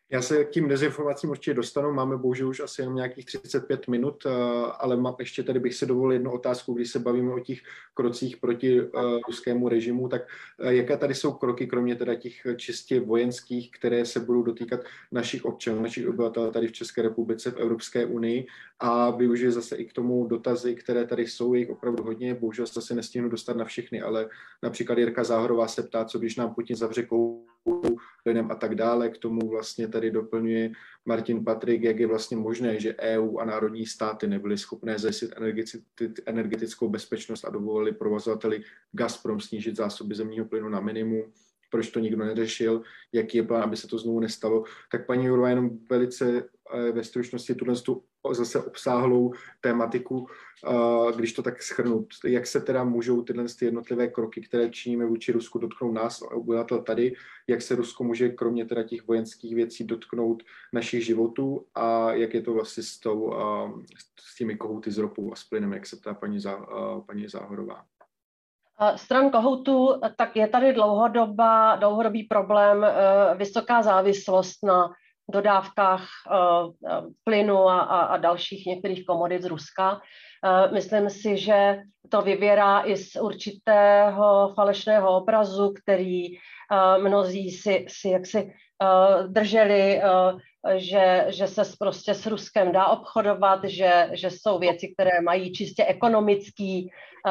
Já se k tím dezinformacím určitě dostanu, máme bohužel už asi jenom nějakých 35 minut, ale ještě tady bych si dovolil jednu otázku, když se bavíme o těch krocích proti ruskému režimu, tak jaké tady jsou kroky, kromě teda těch čistě vojenských, které se budou dotýkat našich občanů, našich obyvatel tady v České republice, v Evropské unii, a využije zase i k tomu dotazy, které tady jsou, jich opravdu hodně, bohužel se nestihnu dostat na všechny, ale například Jirka Záhorová se ptá, co když nám Putin zavře plynem a tak dále. K tomu vlastně tady doplňuje Martin Patrik, jak je vlastně možné, že EU a národní státy nebyly schopné zajistit energetickou bezpečnost a dovolili provozovateli Gazprom snížit zásoby zemního plynu na minimum. Proč to nikdo neřešil, jaký je plán, aby se to znovu nestalo. Tak paní Jourová, jenom velice ve stručnosti tu zase obsáhlou tématiku, když to tak shrnu, jak se teda můžou tyhle jednotlivé kroky, které činíme vůči Rusku, dotknout nás, obyvatel tady, jak se Rusko může kromě teda těch vojenských věcí dotknout našich životů a jak je to vlastně s těmi kohouty z ropou a s plynem, jak se ptá paní Záhorová. Stran kohoutů, tak je tady dlouhodobý problém, vysoká závislost na dodávkách plynu a dalších některých komodit z Ruska. Myslím si, že to vyvěrá i z určitého falešného obrazu, který mnozí si jaksi drželi, že se prostě s Ruskem dá obchodovat, že jsou věci, které mají čistě ekonomický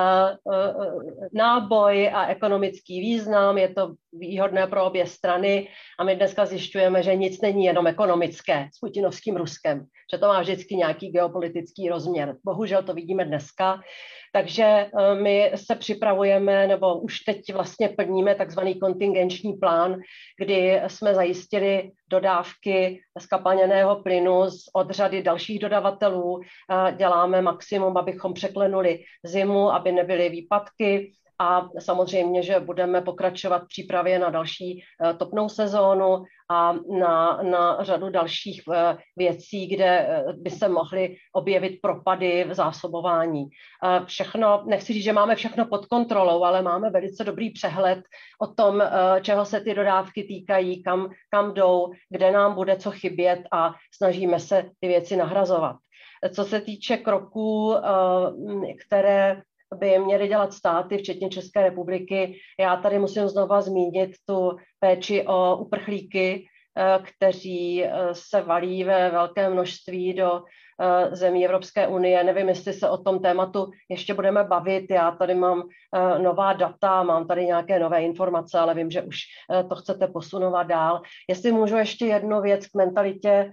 náboj a ekonomický význam, je to výhodné pro obě strany a my dneska zjišťujeme, že nic není jenom ekonomické s putinovským Ruskem, že to má vždycky nějaký geopolitický rozměr. Bohužel to vidíme dneska, takže my se připravujeme, nebo už teď vlastně plníme takzvaný kontingenční plán, kdy jsme zajistili dodávky zkapalněného plynu od řady dalších dodavatelů. Děláme maximum, abychom překlenuli zimu, aby nebyly výpadky a samozřejmě, že budeme pokračovat v přípravě na další topnou sezónu a na řadu dalších věcí, kde by se mohly objevit propady v zásobování. Všechno, nechci říct, že máme všechno pod kontrolou, ale máme velice dobrý přehled o tom, čeho se ty dodávky týkají, kam jdou, kde nám bude co chybět a snažíme se ty věci nahrazovat. Co se týče kroků, které by měly dělat státy, včetně České republiky. Já tady musím znova zmínit tu péči o uprchlíky, kteří se valí ve velké množství do zemí Evropské unie. Nevím, jestli se o tom tématu ještě budeme bavit. Já tady mám nová data, mám tady nějaké nové informace, ale vím, že už to chcete posunovat dál. Jestli můžu ještě jednu věc k mentalitě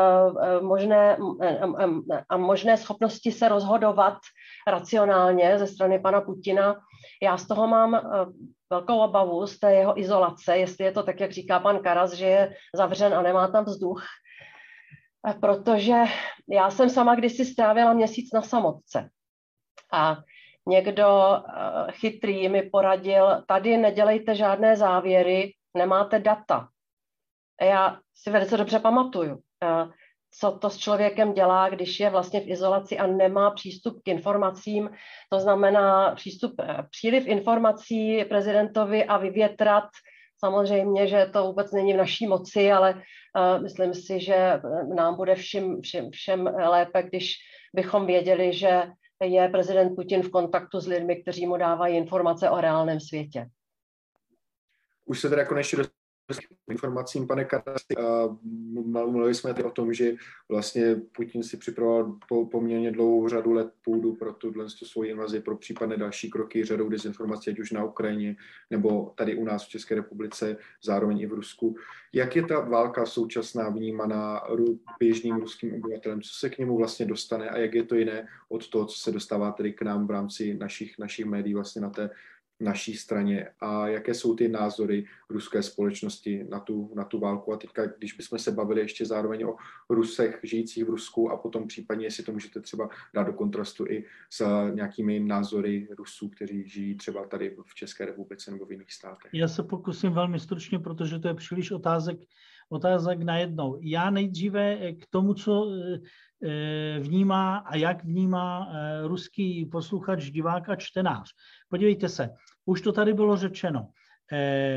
možné schopnosti se rozhodovat racionálně ze strany pana Putina. Já z toho mám velkou obavu, z té jeho izolace, jestli je to tak, jak říká pan Karas, že je zavřen a nemá tam vzduch. Protože já jsem sama kdysi strávila měsíc na samotce. A někdo chytrý mi poradil, tady nedělejte žádné závěry, nemáte data. A já si velice dobře pamatuju, co to s člověkem dělá, když je vlastně v izolaci a nemá přístup k informacím. To znamená příliv informací prezidentovi a vyvětrat. Samozřejmě, že to vůbec není v naší moci, ale myslím si, že nám bude všem lépe, když bychom věděli, že je prezident Putin v kontaktu s lidmi, kteří mu dávají informace o reálném světě. Už se teda konečně informacím, pane Karasi, mluvili jsme o tom, že vlastně Putin si připravoval poměrně dlouhou řadu let půdu pro tuhle svou invazi, pro případné další kroky, řadou dezinformací, ať už na Ukrajině, nebo tady u nás v České republice, zároveň i v Rusku. Jak je ta válka současná vnímaná běžným ruským obyvatelem? Co se k němu vlastně dostane a jak je to jiné od toho, co se dostává tedy k nám v rámci našich médií vlastně na té naší straně a jaké jsou ty názory ruské společnosti na tu válku. A teďka, když bychom se bavili ještě zároveň o Rusech žijících v Rusku a potom případně, jestli to můžete třeba dát do kontrastu i s nějakými názory Rusů, kteří žijí třeba tady v České republice nebo v jiných státech. Já se pokusím velmi stručně, protože to je příliš otázek najednou. Já nejdříve k tomu, co vnímá a jak vnímá ruský posluchač, divák a čtenář. Podívejte se, už to tady bylo řečeno.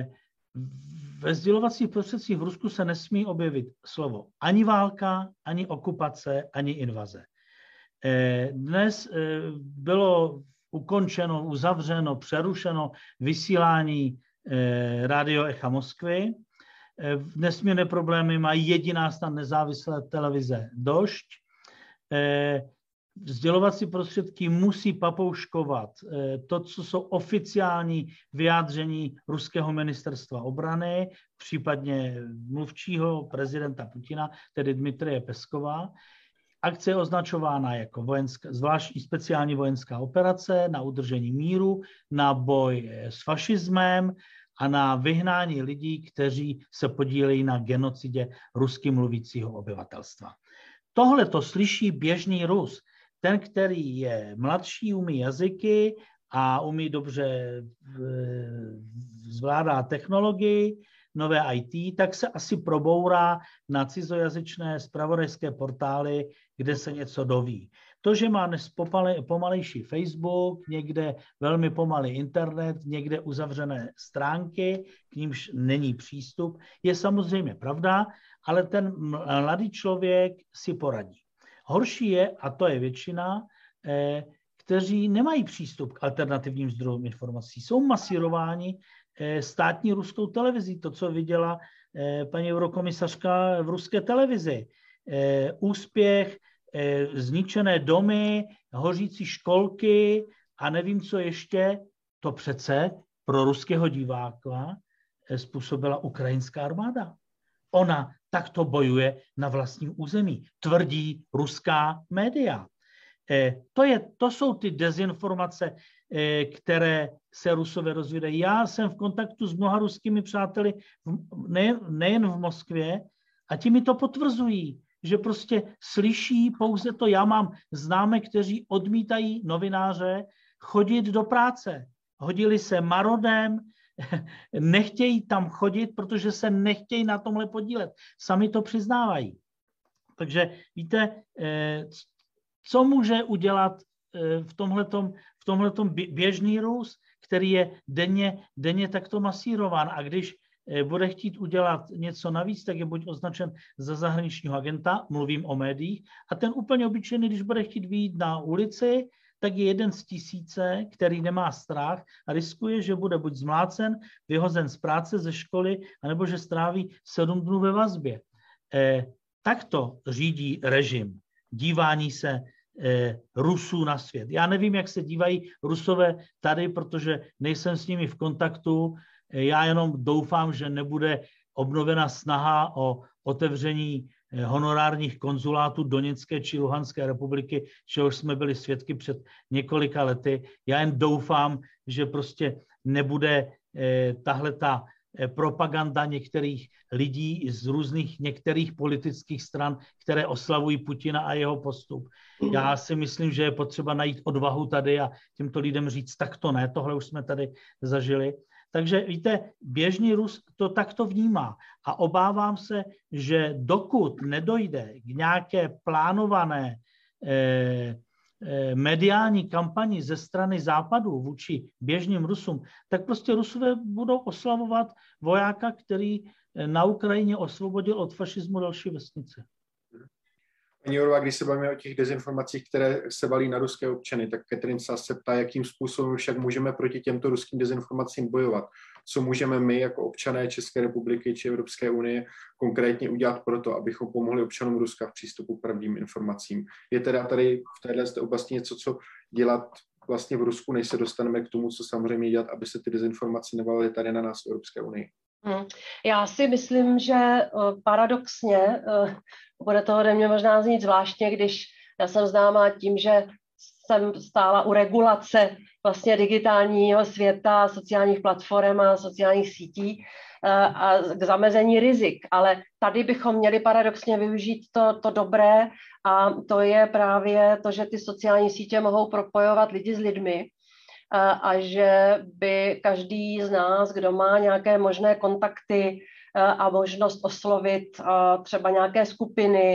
ve sdělovacích prostředcích v Rusku se nesmí objevit slovo ani válka, ani okupace, ani invaze. Dnes bylo ukončeno, uzavřeno, přerušeno vysílání Rádio Echa Moskvy. Nesmírné problémy mají jediná snad nezávislá televize Došť. Sdělovací prostředky musí papouškovat to, co jsou oficiální vyjádření ruského ministerstva obrany, případně mluvčího prezidenta Putina, tedy Dmitrije Peskova. Akce je označována jako zvláštní speciální vojenská operace na udržení míru, na boj s fašismem a na vyhnání lidí, kteří se podílejí na genocidě rusky mluvícího obyvatelstva. Tohle to slyší běžný Rus. Ten, který je mladší, umí jazyky a umí dobře zvládá technologii, nové IT, tak se asi probourá na cizojazyčné zpravodajské portály, kde se něco doví. To, že má dnes pomalejší Facebook, někde velmi pomalý internet, někde uzavřené stránky, k nímž není přístup, je samozřejmě pravda, ale ten mladý člověk si poradí. Horší je, a to je většina, kteří nemají přístup k alternativním zdrojům informací. Jsou masírováni státní ruskou televizí, to, co viděla paní eurokomisařka v ruské televizi. Úspěch, zničené domy, hořící školky a nevím, co ještě, to přece pro ruského diváka způsobila ukrajinská armáda. Ona takto bojuje na vlastním území, tvrdí ruská média. To jsou ty dezinformace, které se Rusové rozvídají. Já jsem v kontaktu s mnoha ruskými přáteli, nejen v Moskvě, a ti mi to potvrzují, že prostě slyší pouze to. Já mám známé, kteří odmítají novináře chodit do práce. Hodili se marodem, nechtějí tam chodit, protože se nechtějí na tomhle podílet. Sami to přiznávají. Takže víte, co může udělat v tomhletom běžný Rus, který je denně takto masírován, a když bude chtít udělat něco navíc, tak je buď označen za zahraničního agenta, mluvím o médiích, a ten úplně obyčejný, když bude chtít vyjít na ulici, tak je jeden z tisíce, který nemá strach a riskuje, že bude buď zmlácen, vyhozen z práce, ze školy, anebo že stráví 7 dnů ve vazbě. Takto řídí režim dívání se Rusů na svět. Já nevím, jak se dívají Rusové tady, protože nejsem s nimi v kontaktu. Já jenom doufám, že nebude obnovena snaha o otevření honorárních konzulátů Doněcké či Luhanské republiky, čehož jsme byli svědky před několika lety. Já jen doufám, že prostě nebude tahleta propaganda některých lidí z různých některých politických stran, které oslavují Putina a jeho postup. Já si myslím, že je potřeba najít odvahu tady a těmto lidem říct, tak to ne, tohle už jsme tady zažili. Takže víte, běžný Rus to takto vnímá a obávám se, že dokud nedojde k nějaké plánované mediální kampani ze strany Západu vůči běžným Rusům, tak prostě Rusové budou oslavovat vojáka, který na Ukrajině osvobodil od fašismu další vesnice. Paní Jourová, když se bavíme o těch dezinformacích, které se valí na ruské občany, tak Catherine Sass se ptá, jakým způsobem však můžeme proti těmto ruským dezinformacím bojovat. Co můžeme my jako občané České republiky či Evropské unie konkrétně udělat pro to, abychom pomohli občanům Ruska v přístupu k pravdivým informacím. Je teda tady v této oblasti něco, co dělat vlastně v Rusku, než se dostaneme k tomu, co samozřejmě dělat, aby se ty dezinformace nevalily tady na nás v Evropské unii? Já si myslím, že paradoxně, bude to ode mě možná znít zvláštně, když já jsem známá tím, že jsem stála u regulace vlastně digitálního světa, sociálních platform a sociálních sítí a k zamezení rizik. Ale tady bychom měli paradoxně využít to dobré, a to je právě to, že ty sociální sítě mohou propojovat lidi s lidmi, a že by každý z nás, kdo má nějaké možné kontakty a možnost oslovit třeba nějaké skupiny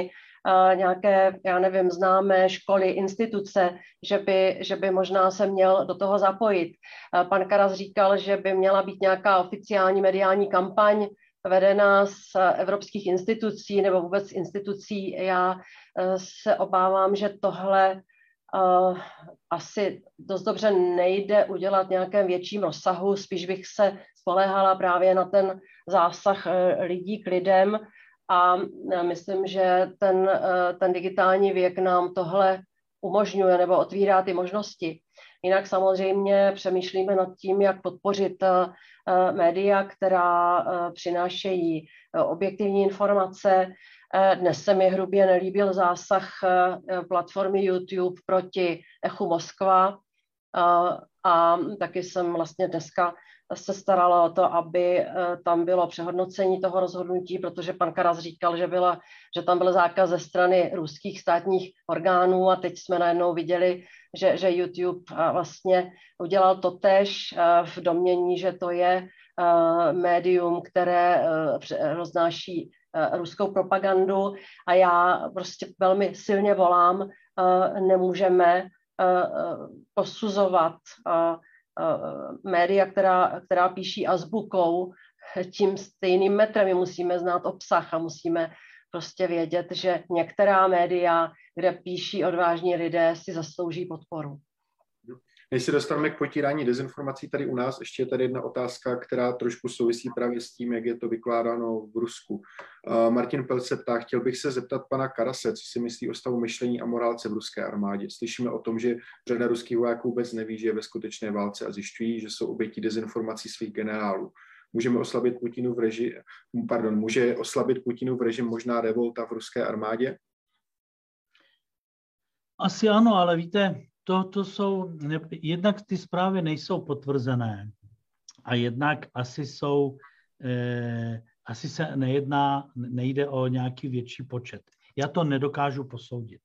nějaké, já nevím, známé školy, instituce, že by možná se měl do toho zapojit. Pan Karas říkal, že by měla být nějaká oficiální mediální kampaň vedená z evropských institucí nebo vůbec institucí. Já se obávám, že tohle asi dost dobře nejde udělat v nějakém větším rozsahu, spíš bych se spoléhala právě na ten zásah lidí k lidem a myslím, že ten digitální věk nám tohle umožňuje nebo otvírá ty možnosti. Jinak samozřejmě přemýšlíme nad tím, jak podpořit média, která přinášejí objektivní informace. Dnes se mi hrubě nelíbil zásah platformy YouTube proti Echu Moskva a taky jsem vlastně dneska se starala o to, aby tam bylo přehodnocení toho rozhodnutí, protože pan Karas říkal, že tam byl zákaz ze strany ruských státních orgánů a teď jsme najednou viděli, že YouTube vlastně udělal totéž v domnění, že to je médium, které roznáší ruskou propagandu a já prostě velmi silně volám, nemůžeme posuzovat média, která píší azbukou tím stejným metrem. My musíme znát obsah a musíme prostě vědět, že některá média, kde píší odvážní lidé, si zaslouží podporu. Než se dostaneme k potírání dezinformací tady u nás, ještě je tady jedna otázka, která trošku souvisí právě s tím, jak je to vykládáno v Rusku. Martin Pelc se ptá, chtěl bych se zeptat pana Karase, co si myslí o stavu myšlení a morálce v ruské armádě. Slyšíme o tom, že řada ruských vojáků vůbec neví, že je ve skutečné válce a zjišťují, že jsou obětí dezinformací svých generálů. Může oslabit Putinův režim možná revolta v ruské armádě? Asi ano, ale víte, to jsou, jednak ty zprávy nejsou potvrzené a jednak asi se nejde o nějaký větší počet. Já to nedokážu posoudit.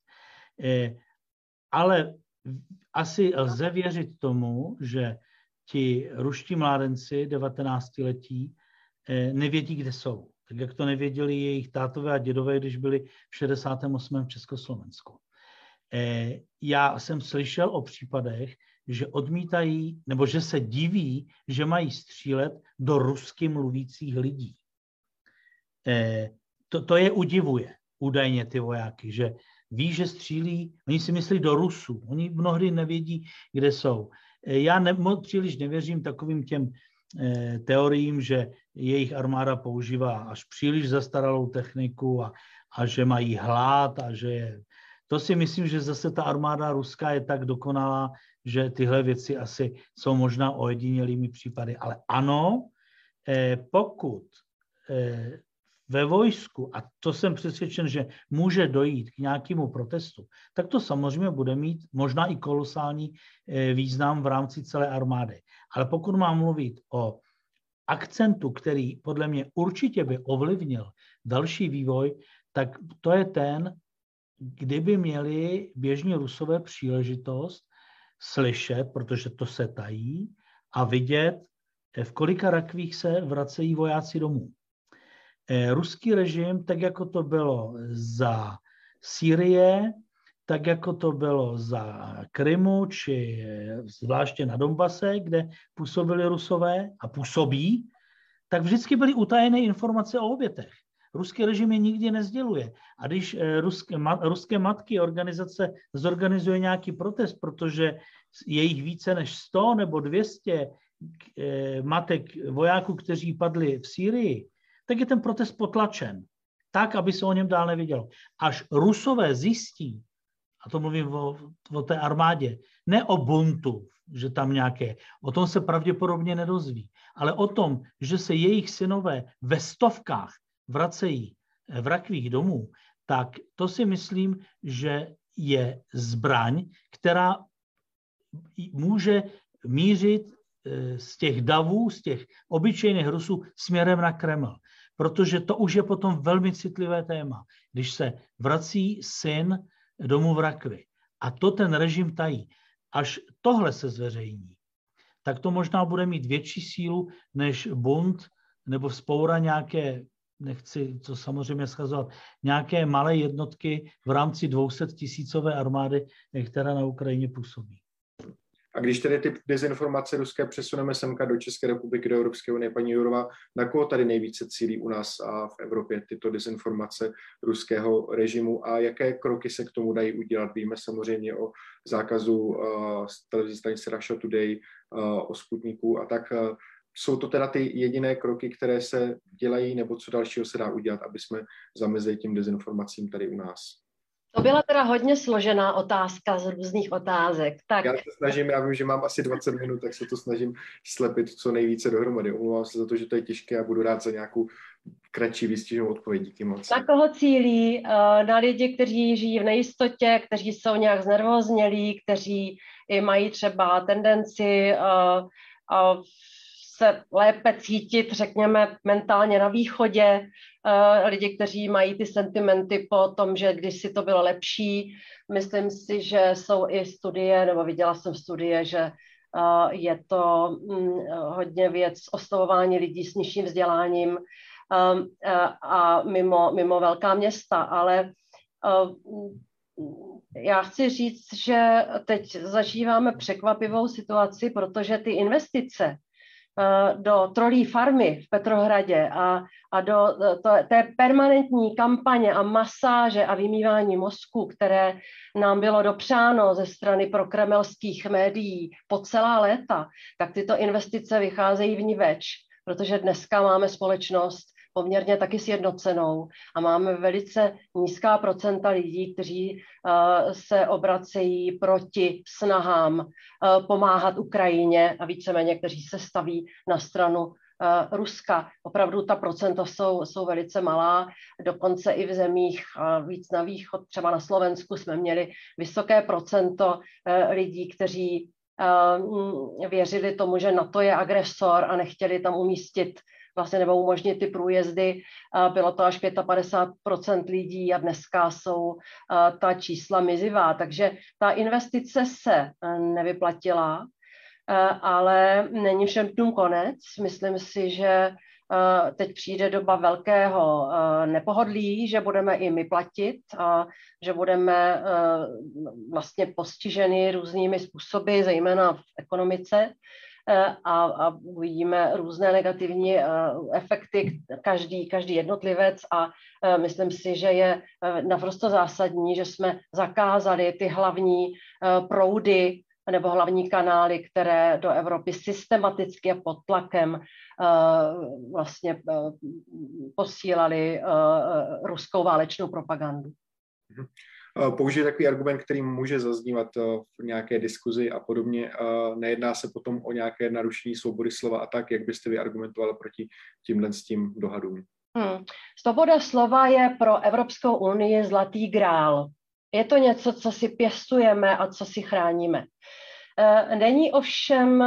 Ale asi lze věřit tomu, že ti ruští mládenci 19letí nevědí, kde jsou. Tak jak to nevěděli jejich tátové a dědové, když byli v 68. v Československu. Já jsem slyšel o případech, že odmítají, nebo že se diví, že mají střílet do rusky mluvících lidí. To je udivuje, údajně ty vojáky, že ví, že střílí, oni si myslí do Rusů, oni mnohdy nevědí, kde jsou. Já příliš nevěřím takovým těm teoriím, že jejich armáda používá až příliš zastaralou techniku a že mají hlad a že je... To si myslím, že zase ta armáda ruská je tak dokonalá, že tyhle věci asi jsou možná ojedinělými případy. Ale ano, pokud ve vojsku, a to jsem přesvědčen, že může dojít k nějakému protestu, tak to samozřejmě bude mít možná i kolosální význam v rámci celé armády. Ale pokud mám mluvit o akcentu, který podle mě určitě by ovlivnil další vývoj, tak to je ten, kdyby měli běžní Rusové příležitost slyšet, protože to se tají, a vidět, v kolika rakvích se vracejí vojáci domů. Ruský režim, tak jako to bylo za Sýrie, tak jako to bylo za Krymu, či zvláště na Donbase, kde působili Rusové a působí, tak vždycky byly utajené informace o obětech. Ruský režim je nikdy nezděluje. A když ruské matky organizace zorganizuje nějaký protest, protože je jich více než 100 nebo 200 matek vojáků, kteří padli v Sýrii, tak je ten protest potlačen. Tak, aby se o něm dál nevědělo. Až Rusové zjistí, a to mluvím o té armádě, ne o buntu, že tam nějaké, o tom se pravděpodobně nedozví, ale o tom, že se jejich synové ve stovkách vracejí v rakvích domů, tak to si myslím, že je zbraň, která může mířit z těch davů, z těch obyčejných Rusů směrem na Kreml. Protože to už je potom velmi citlivé téma, když se vrací syn domů v rakvi. A to ten režim tají. Až tohle se zveřejní, tak to možná bude mít větší sílu než bunt nebo vzpoura nějaké nechci to samozřejmě schazovat, nějaké malé jednotky v rámci 200 000 armády, která na Ukrajině působí. A když tedy ty dezinformace ruské přesuneme semka do České republiky, do Evropské unie, paní Jourová, na koho tady nejvíce cílí u nás a v Evropě tyto dezinformace ruského režimu a jaké kroky se k tomu dají udělat? Víme samozřejmě o zákazu televizní stanice Russia Today, o Sputniku a tak. Jsou to teda ty jediné kroky, které se dělají, nebo co dalšího se dá udělat, aby jsme zamezili tím dezinformacím tady u nás? To byla teda hodně složená otázka z různých otázek. Tak. Já se snažím, já vím, že mám asi 20 minut, tak se to snažím slepit co nejvíce dohromady. Omlouvám se za to, že to je těžké a budu rád za nějakou kratší výstižnou odpověď. Díky moc. Na koho cílí? Na lidi, kteří žijí v nejistotě, kteří jsou nějak znervóznělí, kteří mají třeba tendenci se lépe cítit, řekněme, mentálně na východě, lidi, kteří mají ty sentimenty po tom, že kdysi to bylo lepší. Myslím si, že jsou i studie, nebo viděla jsem studie, že je to hodně věc oslovování lidí s nižším vzděláním a mimo velká města, ale já chci říct, že teď zažíváme překvapivou situaci, protože ty investice do trolí farmy v Petrohradě a do té permanentní kampaně a masáže a vymývání mozku, které nám bylo dopřáno ze strany prokremelských médií po celá léta, tak tyto investice vycházejí vniveč, protože dneska máme společnost poměrně taky sjednocenou a máme velice nízká procenta lidí, kteří se obracejí proti snahám pomáhat Ukrajině a víceméně, kteří se staví na stranu Ruska. Opravdu ta procenta jsou velice malá, dokonce i v zemích víc na východ, třeba na Slovensku jsme měli vysoké procento lidí, kteří věřili tomu, že NATO je agresor a nechtěli tam umístit vlastně nebo umožnit ty průjezdy. Bylo to až 55% lidí a dneska jsou ta čísla mizivá. Takže ta investice se nevyplatila, ale není všem dnům konec. Myslím si, že teď přijde doba velkého nepohodlí, že budeme i my platit, že budeme vlastně postiženi různými způsoby, zejména v ekonomice, a uvidíme různé negativní efekty každý jednotlivec a myslím si, že je naprosto zásadní, že jsme zakázali ty hlavní proudy nebo hlavní kanály, které do Evropy systematicky a pod tlakem vlastně posílali ruskou válečnou propagandu. Použije takový argument, který může zaznívat v nějaké diskuzi a podobně. Nejedná se potom o nějaké narušení svobody slova a tak, jak byste vy argumentovala proti tímhle s tím dohadům? Svoboda slova je pro Evropskou unii zlatý grál. Je to něco, co si pěstujeme a co si chráníme. Není ovšem,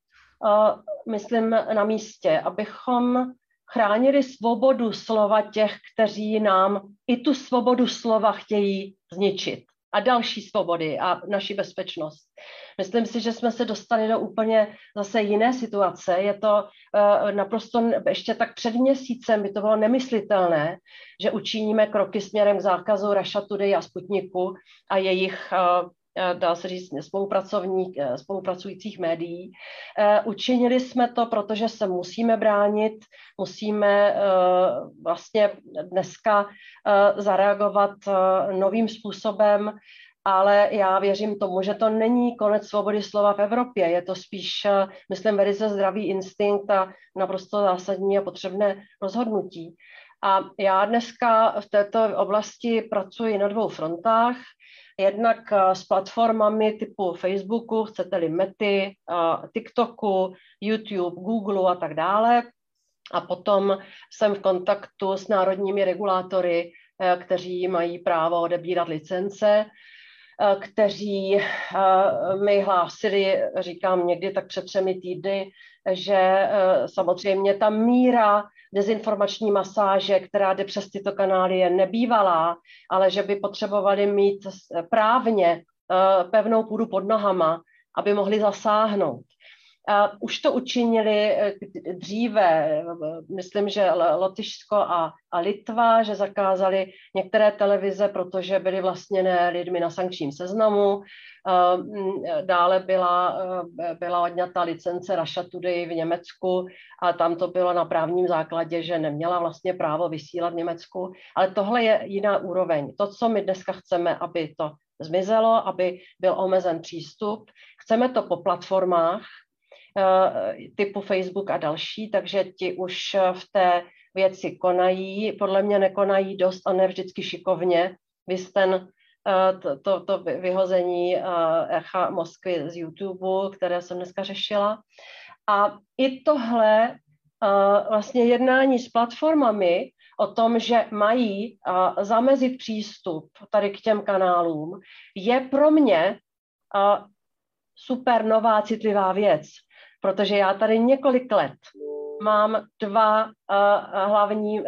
myslím, na místě, abychom chránili svobodu slova těch, kteří nám i tu svobodu slova chtějí zničit. A další svobody a naši bezpečnost. Myslím si, že jsme se dostali do úplně zase jiné situace. Je to naprosto, ještě tak před měsícem by to bylo nemyslitelné, že učiníme kroky směrem k zákazu Russia Today a Sputniku a jejich dá se říct, spolupracujících médií. Učinili jsme to, protože se musíme bránit, musíme vlastně dneska zareagovat novým způsobem, ale já věřím tomu, že to není konec svobody slova v Evropě. Je to spíš, myslím, velice zdravý instinkt a naprosto zásadní a potřebné rozhodnutí. A já dneska v této oblasti pracuji na 2 frontách. Jednak s platformami typu Facebooku, chcete-li Mety, TikToku, YouTube, Google a tak dále. A potom jsem v kontaktu s národními regulátory, kteří mají právo odebírat licence, kteří mi hlásili, říkám někdy tak před 3 týdny, že samozřejmě ta míra dezinformační masáže, která jde přes tyto kanály, je nebývalá, ale že by potřebovali mít právně pevnou půdu pod nohama, aby mohli zasáhnout. Už to učinili dříve, myslím, že Lotyšsko a Litva, že zakázali některé televize, protože byly vlastněné lidmi na sankčním seznamu. Dále byla odňata licence Russia Today v Německu a tam to bylo na právním základě, že neměla vlastně právo vysílat v Německu. Ale tohle je jiná úroveň. To, co my dneska chceme, aby to zmizelo, aby byl omezen přístup. Chceme to po platformách typu Facebook a další, takže ti už v té věci konají. Podle mě nekonají dost a ne vždycky šikovně. To vyhození Echa Moskvy z YouTube, které jsem dneska řešila. A i tohle vlastně jednání s platformami o tom, že mají zamezit přístup tady k těm kanálům, je pro mě super nová citlivá věc, protože já tady několik let mám dva hlavní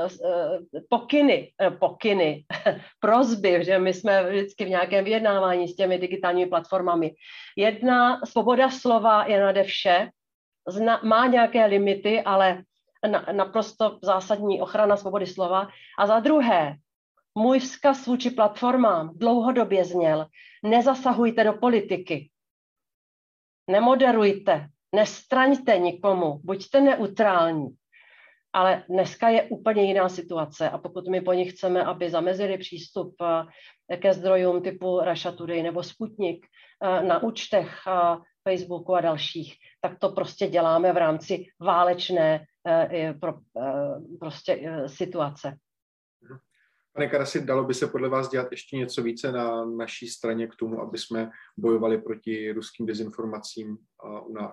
pokyny, prosby, že my jsme vždycky v nějakém vyjednávání s těmi digitálními platformami. Jedna, svoboda slova je nade vše, má nějaké limity, ale naprosto zásadní ochrana svobody slova. A za druhé, můj vzkaz vůči platformám dlouhodobě zněl, nezasahujte do politiky, nemoderujte, nestraňte nikomu, buďte neutrální. Ale dneska je úplně jiná situace a pokud my po nich chceme, aby zamezili přístup ke zdrojům typu Russia Today nebo Sputnik na účtech Facebooku a dalších, tak to prostě děláme v rámci válečné situace. Pane Karasi, dalo by se podle vás dělat ještě něco více na naší straně k tomu, aby jsme bojovali proti ruským dezinformacím u nás?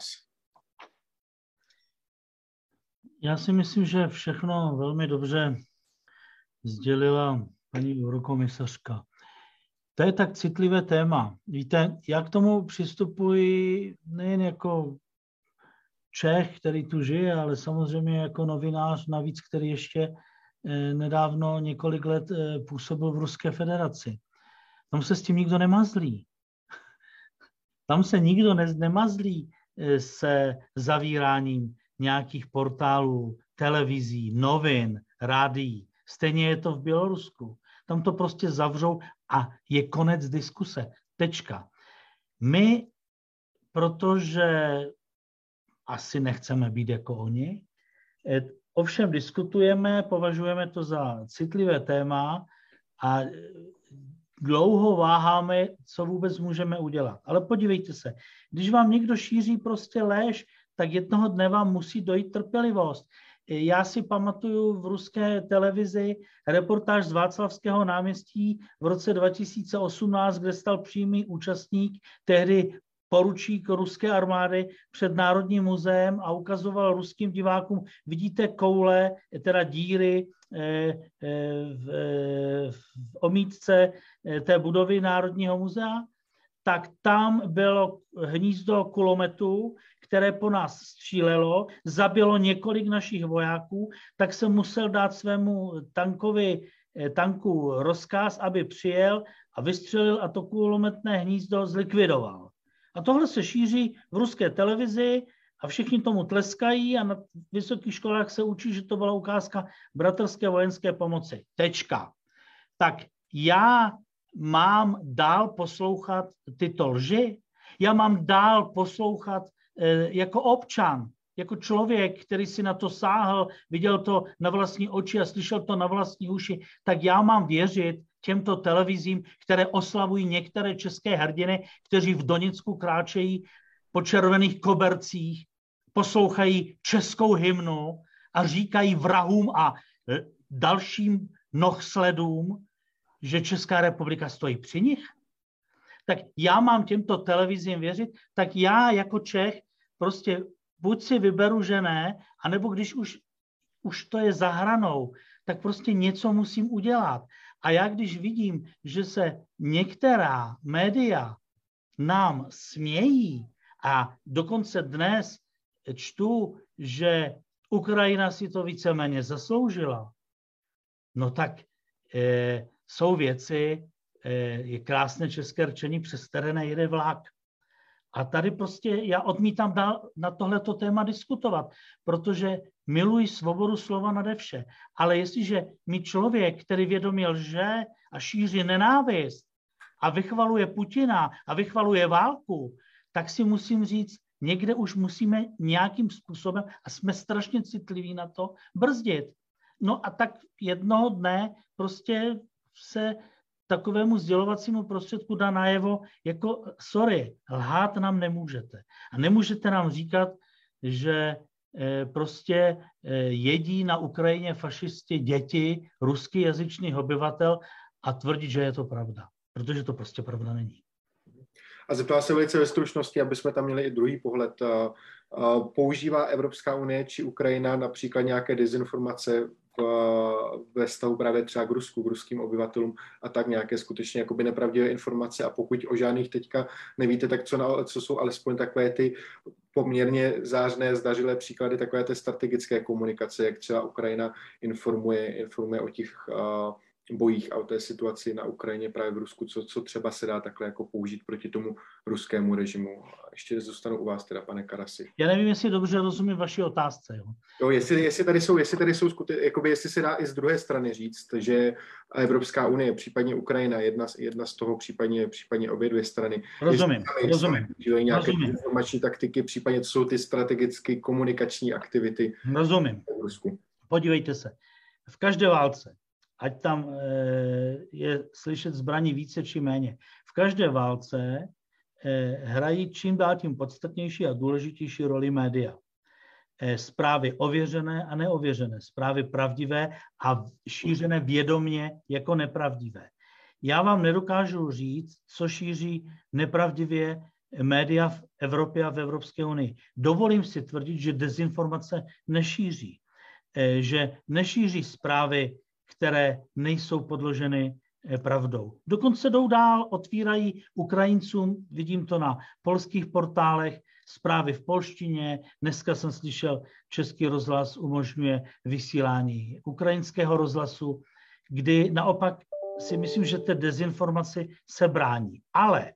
Já si myslím, že všechno velmi dobře sdělila paní eurokomisařka. To je tak citlivé téma. Víte, já k tomu přistupuji nejen jako Čech, který tu žije, ale samozřejmě jako novinář, navíc, který ještě nedávno několik let působil v Ruské federaci. Tam se s tím nikdo nemazlí. Tam se nikdo nemazlí se zavíráním nějakých portálů, televizí, novin, rádií. Stejně je to v Bělorusku. Tam to prostě zavřou a je konec diskuse. Tečka. My, protože asi nechceme být jako oni, ovšem diskutujeme, považujeme to za citlivé téma a dlouho váháme, co vůbec můžeme udělat. Ale podívejte se, když vám někdo šíří prostě lež, tak jednoho dne vám musí dojít trpělivost. Já si pamatuju v ruské televizi reportáž z Václavského náměstí v roce 2018, kde stal přímý účastník, tehdy poručík ruské armády před Národním muzeem a ukazoval ruským divákům, vidíte koule, teda díry v omítce té budovy Národního muzea, tak tam bylo hnízdo kulometů, které po nás střílelo, zabilo několik našich vojáků, tak jsem musel dát svému tanku rozkaz, aby přijel a vystřelil a to kulometné hnízdo zlikvidoval. A tohle se šíří v ruské televizi a všichni tomu tleskají a na vysokých školách se učí, že to byla ukázka bratrské vojenské pomoci. Tečka. Tak já mám dál poslouchat tyto lži? Já mám dál poslouchat jako občan, jako člověk, který si na to sáhl, viděl to na vlastní oči a slyšel to na vlastní uši, tak já mám věřit těmto televizím, které oslavují některé české hrdiny, kteří v Doněcku kráčejí po červených kobercích, poslouchají českou hymnu a říkají vrahům a dalším nohsledům, že Česká republika stojí při nich? Tak já mám těmto televizím věřit, tak já jako Čech prostě buď si vyberu, že ne, anebo když už to je za hranou, tak prostě něco musím udělat. A já když vidím, že se některá média nám smějí a dokonce dnes čtu, že Ukrajina si to víceméně zasloužila, no tak jsou věci, je krásné české rčení, přes které nejede vlak. A tady prostě já odmítám dál na tohleto téma diskutovat, protože miluji svobodu slova nade vše. Ale jestliže mi člověk, který vědomě lže a šíří nenávist a vychvaluje Putina a vychvaluje válku, tak si musím říct, někde už musíme nějakým způsobem, a jsme strašně citliví na to, brzdit. No a tak jednoho dne prostě se takovému sdělovacímu prostředku dá najevo, jako sorry, lhát nám nemůžete. A nemůžete nám říkat, že prostě jedí na Ukrajině fašisti děti ruskýjazyčných obyvatel a tvrdit, že je to pravda. Protože to prostě pravda není. A zeptala se velice ve stručnosti, aby jsme tam měli i druhý pohled. Používá Evropská unie či Ukrajina například nějaké dezinformace ve vztahu právě třeba k Rusku, k ruským obyvatelům a tak nějaké skutečně jakoby nepravdivé informace, a pokud o žádných teďka nevíte, tak co jsou alespoň takové ty poměrně zářné, zdařilé příklady takové té strategické komunikace, jak třeba Ukrajina informuje o těch bojích a o té situaci na Ukrajině právě v Rusku, co třeba se dá takhle jako použít proti tomu ruskému režimu. Ještě zůstanu u vás teda, pane Karasi. Já nevím, jestli dobře rozumím vaší otázce. Jo, jestli tady jsou jakoby jestli se dá i z druhé strany říct, že Evropská unie, případně Ukrajina, jedna z toho, případně obě dvě strany. Rozumím. Nějaké informační taktiky, případně co jsou ty strategické komunikační aktivity. Rozumím. V Rusku. Podívejte se. V každé válce, ať tam je slyšet zbraní více či méně, v každé válce hrají čím dál tím podstatnější a důležitější roli média. Zprávy ověřené a neověřené, zprávy pravdivé a šířené vědomě jako nepravdivé. Já vám nedokážu říct, co šíří nepravdivě média v Evropě a v Evropské unii. Dovolím si tvrdit, že dezinformace nešíří, že nešíří zprávy, které nejsou podloženy pravdou. Dokonce jdou dál, otvírají Ukrajincům, vidím to na polských portálech, zprávy v polštině. Dneska jsem slyšel, Český rozhlas umožňuje vysílání ukrajinského rozhlasu, kdy naopak si myslím, že té dezinformaci se brání. Ale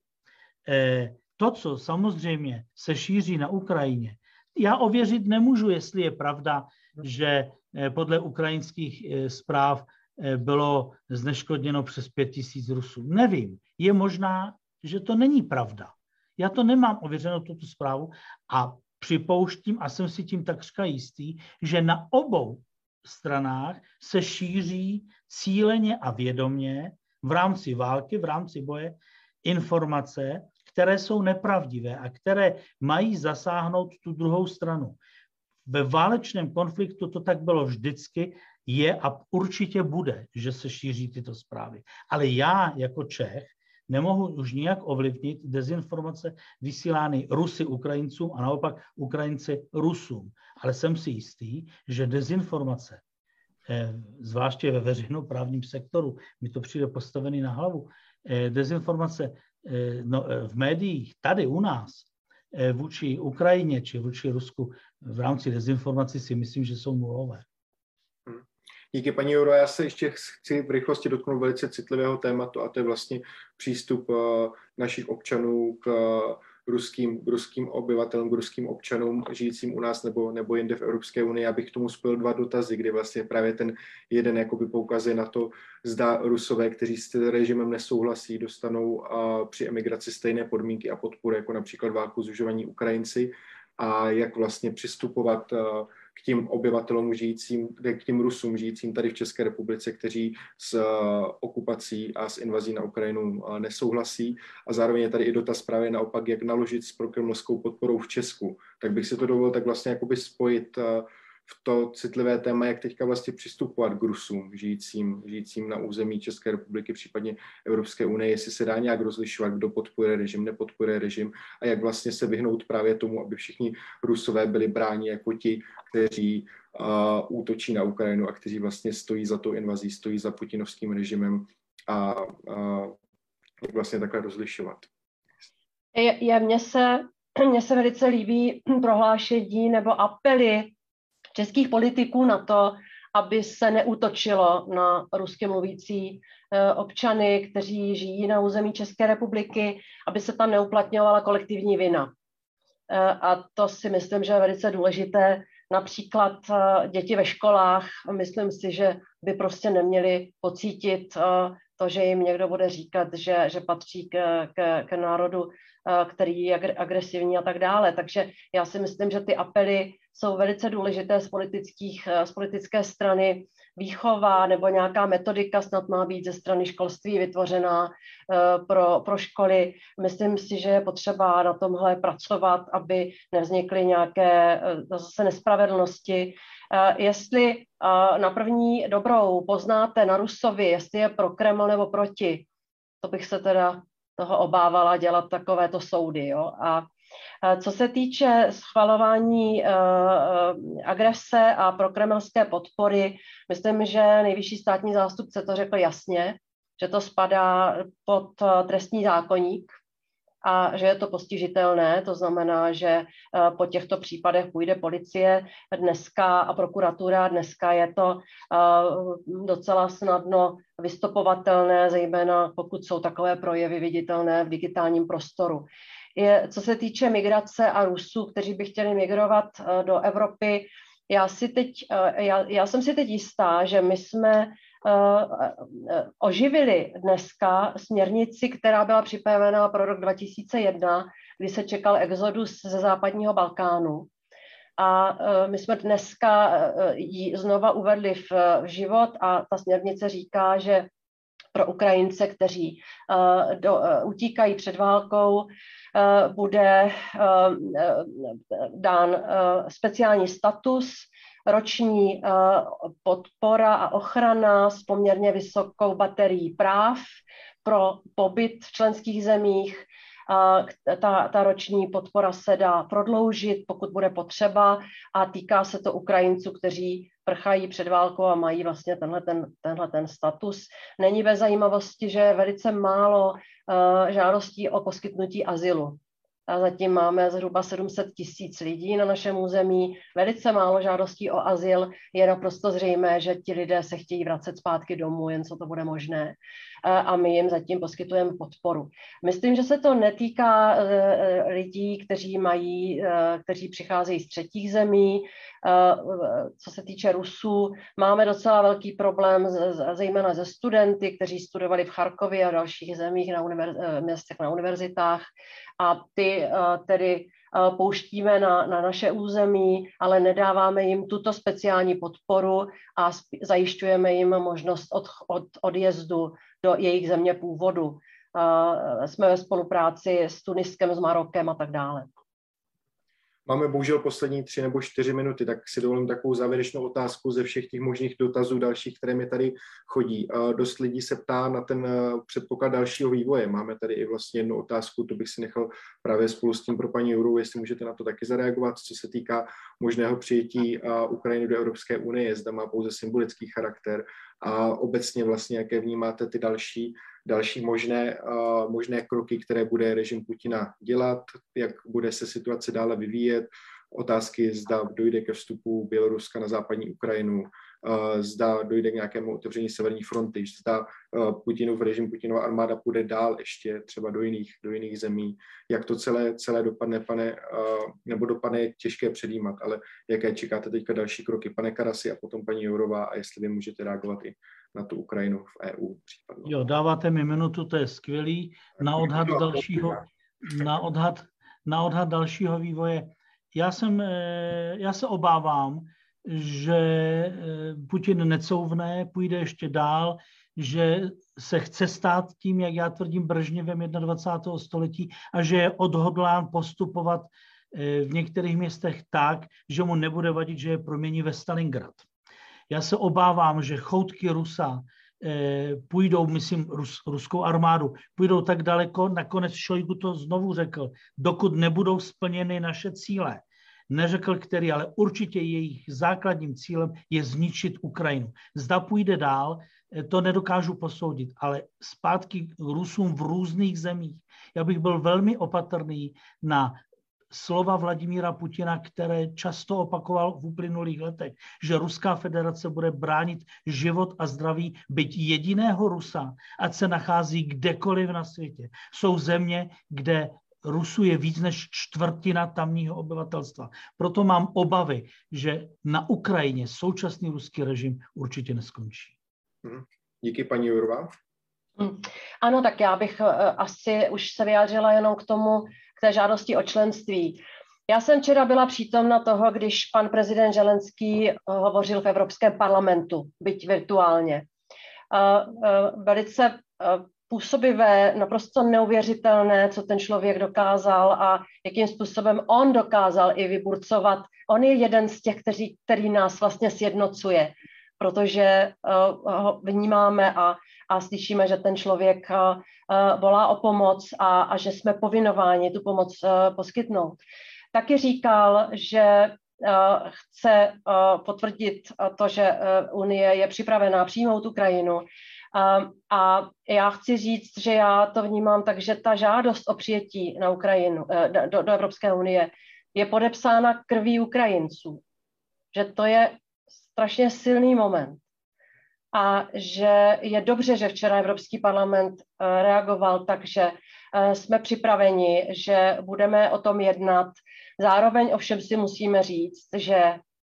to, co samozřejmě se šíří na Ukrajině, já ověřit nemůžu, jestli je pravda, že podle ukrajinských zpráv bylo zneškodněno přes 5 000 Rusů. Nevím, je možná, že to není pravda. Já to nemám ověřenou, tuto zprávu, a připouštím, a jsem si tím takřka jistý, že na obou stranách se šíří cíleně a vědomě v rámci války, v rámci boje informace, které jsou nepravdivé a které mají zasáhnout tu druhou stranu. Ve válečném konfliktu to tak bylo vždycky, je a určitě bude, že se šíří tyto zprávy. Ale já jako Čech nemohu už nijak ovlivnit dezinformace vysílány Rusy Ukrajincům a naopak Ukrajinci Rusům. Ale jsem si jistý, že dezinformace, zvláště ve veřejnoprávním sektoru, mi to přijde postavený na hlavu, dezinformace v médiích, tady u nás, vůči Ukrajině či vůči Rusku v rámci dezinformací si myslím, že jsou nulové. Díky, paní Jourové. Já se ještě chci v rychlosti dotknout velice citlivého tématu, a to je vlastně přístup našich občanů k ruským obyvatelům, k ruským občanům žijícím u nás nebo jinde v Evropské unii. Já bych k tomu spojil 2 dotazy, kdy vlastně právě ten jeden jakoby poukazuje na to, zda Rusové, kteří s režimem nesouhlasí, dostanou při emigraci stejné podmínky a podporu, jako například válku zužovaní Ukrajinci, a jak vlastně přistupovat k těm obyvatelům žijícím, k těm Rusům žijícím tady v České republice, kteří s okupací a s invazí na Ukrajinu nesouhlasí. A zároveň je tady i dotaz právě naopak, jak naložit s prokremlovskou podporou v Česku. Tak bych si to dovolil tak vlastně jakoby spojit v to citlivé téma, jak teďka vlastně přistupovat k Rusům žijícím na území České republiky, případně Evropské unie, jestli se dá nějak rozlišovat, kdo podporuje režim, nepodporuje režim, a jak vlastně se vyhnout právě tomu, aby všichni Rusové byli bráni jako ti, kteří útočí na Ukrajinu a kteří vlastně stojí za tou invazí, stojí za putinovským režimem, a jak vlastně takhle rozlišovat. Mně se velice líbí prohlášení nebo apely českých politiků na to, aby se neútočilo na rusky mluvící občany, kteří žijí na území České republiky, aby se tam neuplatňovala kolektivní vina. A to si myslím, že je velice důležité. Například děti ve školách, myslím si, že by prostě neměli pocítit to, že jim někdo bude říkat, že patří k národu, který je agresivní a tak dále. Takže já si myslím, že ty apely jsou velice důležité z politické strany. Výchova nebo nějaká metodika snad má být ze strany školství vytvořená pro školy. Myslím si, že je potřeba na tomhle pracovat, aby nevznikly nějaké zase nespravedlnosti. Jestli na první dobrou poznáte na Rusovi, jestli je pro Kreml nebo proti, to bych se teda toho obávala dělat takovéto soudy. Jo? A co se týče schvalování agrese a prokremelské podpory, myslím, že nejvyšší státní zástupce to řekl jasně, že to spadá pod trestní zákoník a že je to postižitelné, to znamená, že po těchto případech půjde policie dneska a prokuratura. Dneska je to docela snadno vystopovatelné, zejména pokud jsou takové projevy viditelné v digitálním prostoru. Co se týče migrace a Rusů, kteří by chtěli migrovat do Evropy, já jsem si teď jistá, že my jsme oživili dneska směrnici, která byla připravena pro rok 2001, kdy se čekal exodus ze západního Balkánu. A my jsme dneska ji znova uvedli v život a ta směrnice říká, že pro Ukrajince, kteří utíkají před válkou, bude dán speciální status, roční podpora a ochrana s poměrně vysokou baterií práv pro pobyt v členských zemích. Ta roční podpora se dá prodloužit, pokud bude potřeba, a týká se to Ukrajinců, kteří prchají před válkou a mají vlastně tenhle status. Není bez zajímavosti, že je velice málo žádostí o poskytnutí azylu. A zatím máme zhruba 700 000 lidí na našem území, velice málo žádostí o azyl. Je naprosto zřejmé, že ti lidé se chtějí vracet zpátky domů, jen co to bude možné. A my jim zatím poskytujeme podporu. Myslím, že se to netýká lidí, kteří přicházejí z třetích zemí. Co se týče Rusů, máme docela velký problém, zejména ze studenty, kteří studovali v Charkově a dalších zemích městech na univerzitách. A ty tedy pouštíme na naše území, ale nedáváme jim tuto speciální podporu a zajišťujeme jim možnost odjezdu do jejich země původu. Jsme ve spolupráci s Tuniskem, s Marokem a tak dále. Máme bohužel poslední 3 nebo 4 minuty, tak si dovolím takovou závěrečnou otázku ze všech těch možných dotazů dalších, které mi tady chodí. Dost lidí se ptá na ten předpoklad dalšího vývoje. Máme tady i vlastně jednu otázku, to bych si nechal právě spolu s tím pro paní Jourovou, jestli můžete na to taky zareagovat, co se týká možného přijetí Ukrajiny do Evropské unie, zda má pouze symbolický charakter a obecně vlastně, jaké vnímáte ty další možné kroky, které bude režim Putina dělat, jak bude se situace dále vyvíjet, otázky, zda dojde ke vstupu Běloruska na západní Ukrajinu, zda dojde k nějakému otevření severní fronty, zda Putinova armáda půjde dál ještě třeba do jiných zemí, jak to celé dopadne, dopadne je těžké předjímat, ale jaké čekáte teďka další kroky, pane Karasi a potom paní Jourová, a jestli vy můžete reagovat i na tu Ukrajinu v EU případně. Jo, dáváte mi minutu, to je skvělý. Na odhad dalšího vývoje. Já se obávám, že Putin necouvne, půjde ještě dál, že se chce stát tím, jak já tvrdím, Brežněvem 21. století a že je odhodlán postupovat v některých městech tak, že mu nebude vadit, že je promění ve Stalingrad. Já se obávám, že choutky Rusa půjdou, myslím, ruskou armádu, půjdou tak daleko, nakonec Šojgu to znovu řekl, dokud nebudou splněny naše cíle. Neřekl který, ale určitě jejich základním cílem je zničit Ukrajinu. Zda půjde dál, to nedokážu posoudit, ale zpátky k Rusům v různých zemích. Já bych byl velmi opatrný na slova Vladimíra Putina, které často opakoval v uplynulých letech, že Ruská federace bude bránit život a zdraví byť jediného Rusa, ať se nachází kdekoliv na světě. Jsou země, kde Rusů je víc než čtvrtina tamního obyvatelstva. Proto mám obavy, že na Ukrajině současný ruský režim určitě neskončí. Díky, paní Jourová. Ano, tak já bych asi už se vyjádřila jenom k té žádosti o členství. Já jsem včera byla přítomna toho, když pan prezident Zelenský hovořil v Evropském parlamentu, byť virtuálně. Velice působivé, naprosto neuvěřitelné, co ten člověk dokázal a jakým způsobem on dokázal i vyburcovat. On je jeden z těch, který nás vlastně sjednocuje, protože ho vnímáme a slyšíme, že ten člověk volá o pomoc a že jsme povinováni tu pomoc poskytnout. Taky říkal, že chce potvrdit to, že Unie je připravená přijmout Ukrajinu. A já chci říct, že já to vnímám tak, že ta žádost o přijetí na Ukrajinu, do Evropské unie je podepsána krví Ukrajinců. Že to je strašně silný moment. A že je dobře, že včera Evropský parlament reagoval tak, že jsme připraveni, že budeme o tom jednat. Zároveň ovšem si musíme říct, že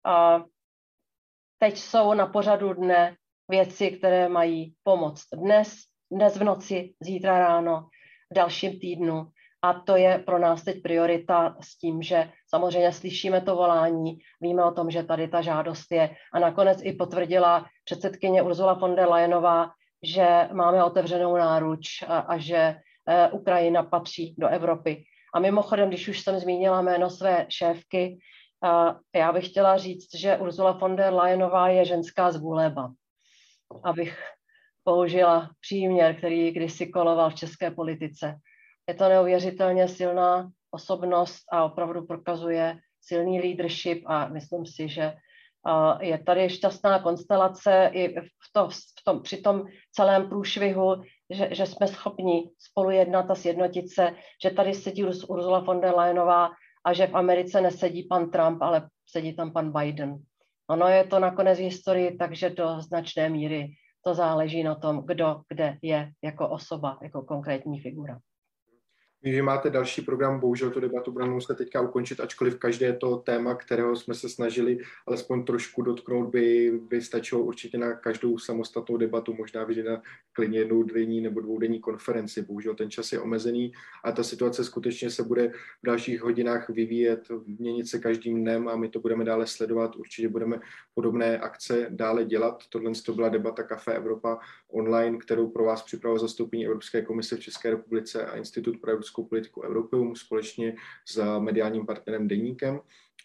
teď jsou na pořadu dne věci, které mají pomoct dnes v noci, zítra ráno, v dalším týdnu. A to je pro nás teď priorita s tím, že samozřejmě slyšíme to volání, víme o tom, že tady ta žádost je. A nakonec i potvrdila předsedkyně Ursula von der Leyenová, že máme otevřenou náruč a že Ukrajina patří do Evropy. A mimochodem, když už jsem zmínila jméno své šéfky, já bych chtěla říct, že Ursula von der Leyenová je ženská zvůleba. Abych použila příměr, který kdysi koloval v české politice. Je to neuvěřitelně silná osobnost a opravdu prokazuje silný leadership a myslím si, že je tady šťastná konstelace i při tom celém průšvihu, že jsme schopni spolu jednat a sjednotit se, že tady sedí Ursula von der Leyenová a že v Americe nesedí pan Trump, ale sedí tam pan Biden. Ono je to nakonec v historii, takže do značné míry to záleží na tom, kdo kde je jako osoba, jako konkrétní figura. Vy máte další program, bohužel tu debatu budeme muset teďka ukončit, ačkoliv každé to téma, kterého jsme se snažili alespoň trošku dotknout, by stačilo určitě na každou samostatnou debatu, možná vždy na klidně jednodenní nebo dvoudenní konferenci. Bohužel ten čas je omezený a ta situace skutečně se bude v dalších hodinách vyvíjet, měnit se každým dnem a my to budeme dále sledovat. Určitě budeme podobné akce dále dělat. Tohle to byla debata Café Evropa online, kterou pro vás připravilo zastoupení Evropské komise v České republice a Institut pro evropskou politiku Europeum společně s mediálním partnerem Deníkem.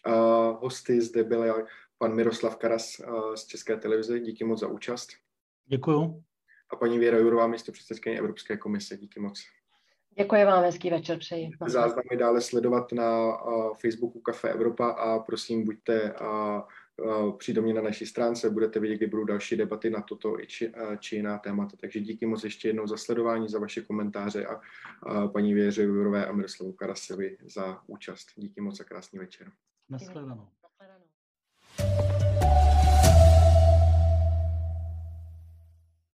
Hosty zde byl pan Miroslav Karas z České televize. Díky moc za účast. Děkuju. A paní Věra Jourová, místopředsedkyně Evropské komise. Díky moc. Děkuji vám, hezký večer přeji. Záznamy dále sledovat na Facebooku Café Evropa a prosím, buďte přítomní na naší stránce, budete vidět, kdy budou další debaty na toto či jiná témata. Takže díky moc ještě jednou za sledování, za vaše komentáře a paní Věře Jourové a Miroslavu Karasovi za účast. Díky moc a krásný večer. Nashledanou.